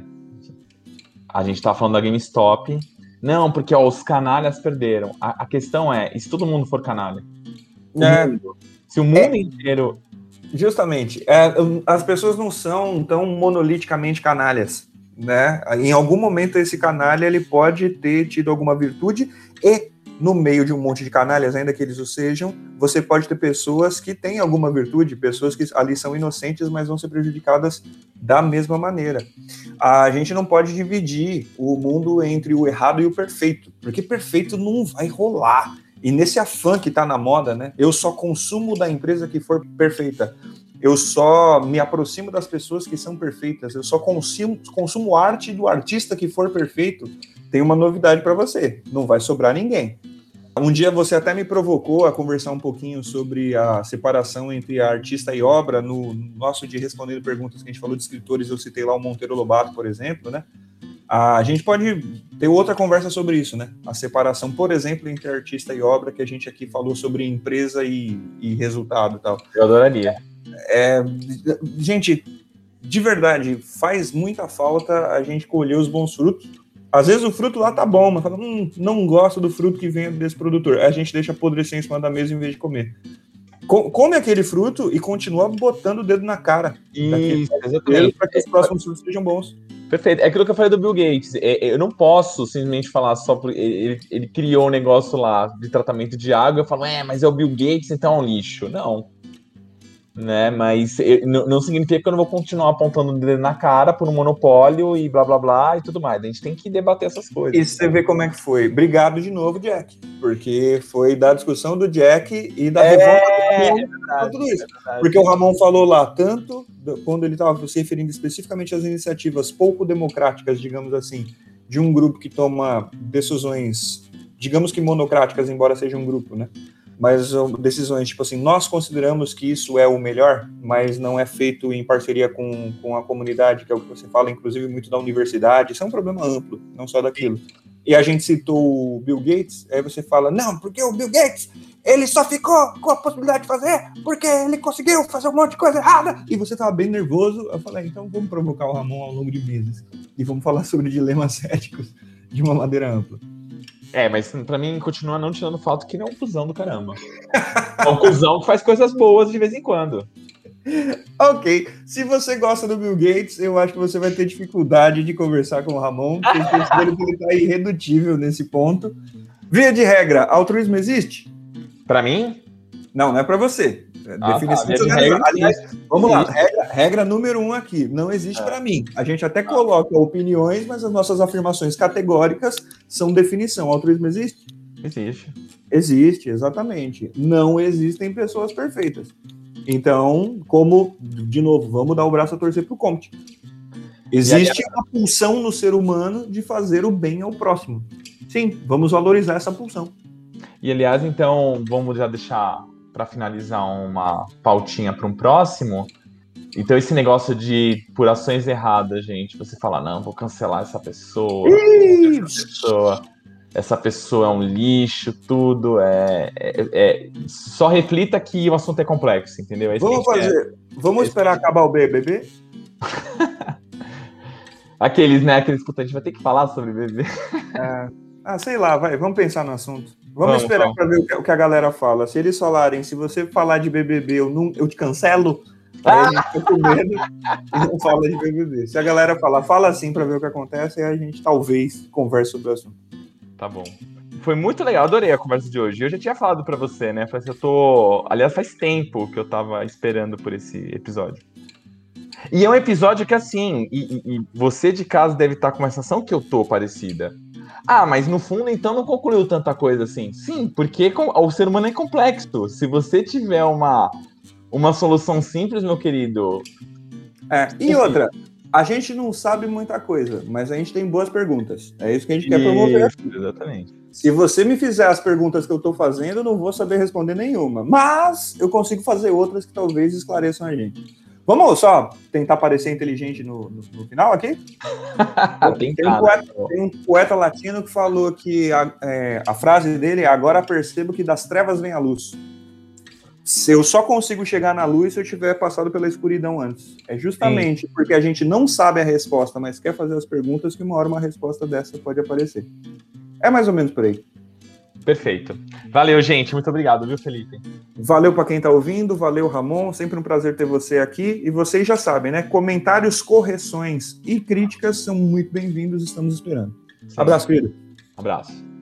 A gente tá falando da GameStop. Não, porque os canalhas perderam. A questão é, e se todo mundo for canalha? Se o mundo inteiro... Justamente. As pessoas não são tão monoliticamente canalhas, né? Em algum momento esse canalha ele pode ter tido alguma virtude e no meio de um monte de canalhas, ainda que eles o sejam, você pode ter pessoas que têm alguma virtude, pessoas que ali são inocentes, mas vão ser prejudicadas da mesma maneira. A gente não pode dividir o mundo entre o errado e o perfeito, porque perfeito não vai rolar. E nesse afã que está na moda, né? Eu só consumo da empresa que for perfeita. Eu só me aproximo das pessoas que são perfeitas. Eu só consumo arte do artista que for perfeito. Tem uma novidade para você, não vai sobrar ninguém. Um dia você até me provocou a conversar um pouquinho sobre a separação entre a artista e obra, no nosso de Respondendo Perguntas, que a gente falou de escritores, eu citei lá o Monteiro Lobato, por exemplo, né? A gente pode ter outra conversa sobre isso, né? A separação, por exemplo, entre artista e obra, que a gente aqui falou sobre empresa e resultado e tal. Eu adoraria. Gente, de verdade, faz muita falta a gente colher os bons frutos. Às vezes o fruto lá tá bom, mas fala, não gosto do fruto que vem desse produtor. A gente deixa apodrecer em cima da mesa em vez de comer. Come aquele fruto e continua botando o dedo na cara. Isso, exatamente. Para que os próximos frutos sejam bons. Perfeito. É aquilo que eu falei do Bill Gates. Eu não posso simplesmente falar só porque ele criou um negócio lá de tratamento de água. Eu falo, mas é o Bill Gates, então é um lixo. Não. Né? Mas não significa que eu não vou continuar apontando o dedo na cara por um monopólio e blá blá blá e tudo mais. A gente tem que debater essas coisas. E você vê como é que foi. Obrigado de novo, Jack. Porque foi da discussão do Jack e da revolta do tudo isso. Porque o Ramon falou lá, tanto quando ele estava se referindo especificamente às iniciativas pouco democráticas, digamos assim, de um grupo que toma decisões, digamos que monocráticas, embora seja um grupo, né? Mas decisões, tipo assim, nós consideramos que isso é o melhor, mas não é feito em parceria com a comunidade, que é o que você fala, inclusive muito da universidade, isso é um problema amplo, não só daquilo. E a gente citou o Bill Gates, aí você fala, não, porque o Bill Gates, ele só ficou com a possibilidade de fazer, porque ele conseguiu fazer um monte de coisa errada, e você tava bem nervoso, eu falei, então vamos provocar o Ramon ao longo de meses, e vamos falar sobre dilemas éticos de uma maneira ampla. Mas pra mim continua não tirando o fato que ele é um cuzão do caramba. É um cuzão que faz coisas boas de vez em quando. Ok. Se você gosta do Bill Gates, eu acho que você vai ter dificuldade de conversar com o Ramon, porque eu considero que ele tá irredutível nesse ponto. Via de regra, altruísmo existe? Pra mim? Não é pra você. Definição regra, aliás, vamos lá. Regra número 1 aqui. Não existe para mim. A gente até coloca opiniões, mas as nossas afirmações categóricas são definição. Altruísmo existe? Existe. Existe, exatamente. Não existem pessoas perfeitas. Então, de novo, vamos dar o braço a torcer pro Comte. Existe uma pulsão no ser humano de fazer o bem ao próximo. Sim, vamos valorizar essa pulsão. E, aliás, então, vamos já deixar para finalizar uma pautinha para um próximo. Então, esse negócio de por ações erradas, gente, você fala, não, vou cancelar essa pessoa. Essa pessoa é um lixo, tudo. Só reflita que o assunto é complexo, entendeu? Vamos esperar acabar o BBB? Aqueles, puta, a gente vai ter que falar sobre BBB. Sei lá, vamos pensar no assunto. Vamos esperar para ver o que a galera fala. Se eles falarem, se você falar de BBB, eu te cancelo, Aí a gente fica com medo e não fala de BBB. Se a galera falar, fala assim pra ver o que acontece, aí a gente talvez converse sobre o assunto. Tá bom. Foi muito legal, adorei a conversa de hoje. Eu já tinha falado pra você, né? Falei assim, aliás, faz tempo que eu tava esperando por esse episódio. E é um episódio que, assim, e você de casa deve estar com uma sensação que eu tô parecida. Ah, mas no fundo, então, não concluiu tanta coisa assim. Sim, porque o ser humano é complexo. Se você tiver uma solução simples, meu querido... E outra, a gente não sabe muita coisa, mas a gente tem boas perguntas. É isso que a gente quer promover aqui. Exatamente. Se você me fizer as perguntas que eu tô fazendo, eu não vou saber responder nenhuma. Mas eu consigo fazer outras que talvez esclareçam a gente. Vamos só tentar parecer inteligente no final aqui? Tem um poeta latino que falou que a frase dele é: agora percebo que das trevas vem a luz. Eu só consigo chegar na luz se eu tiver passado pela escuridão antes. É justamente porque a gente não sabe a resposta, mas quer fazer as perguntas, que uma hora uma resposta dessa pode aparecer. É mais ou menos por aí. Perfeito. Valeu, gente. Muito obrigado, viu, Felipe? Valeu para quem está ouvindo, valeu, Ramon. Sempre um prazer ter você aqui. E vocês já sabem, né? Comentários, correções e críticas são muito bem-vindos. Estamos esperando. Sim. Abraço, querido. Abraço.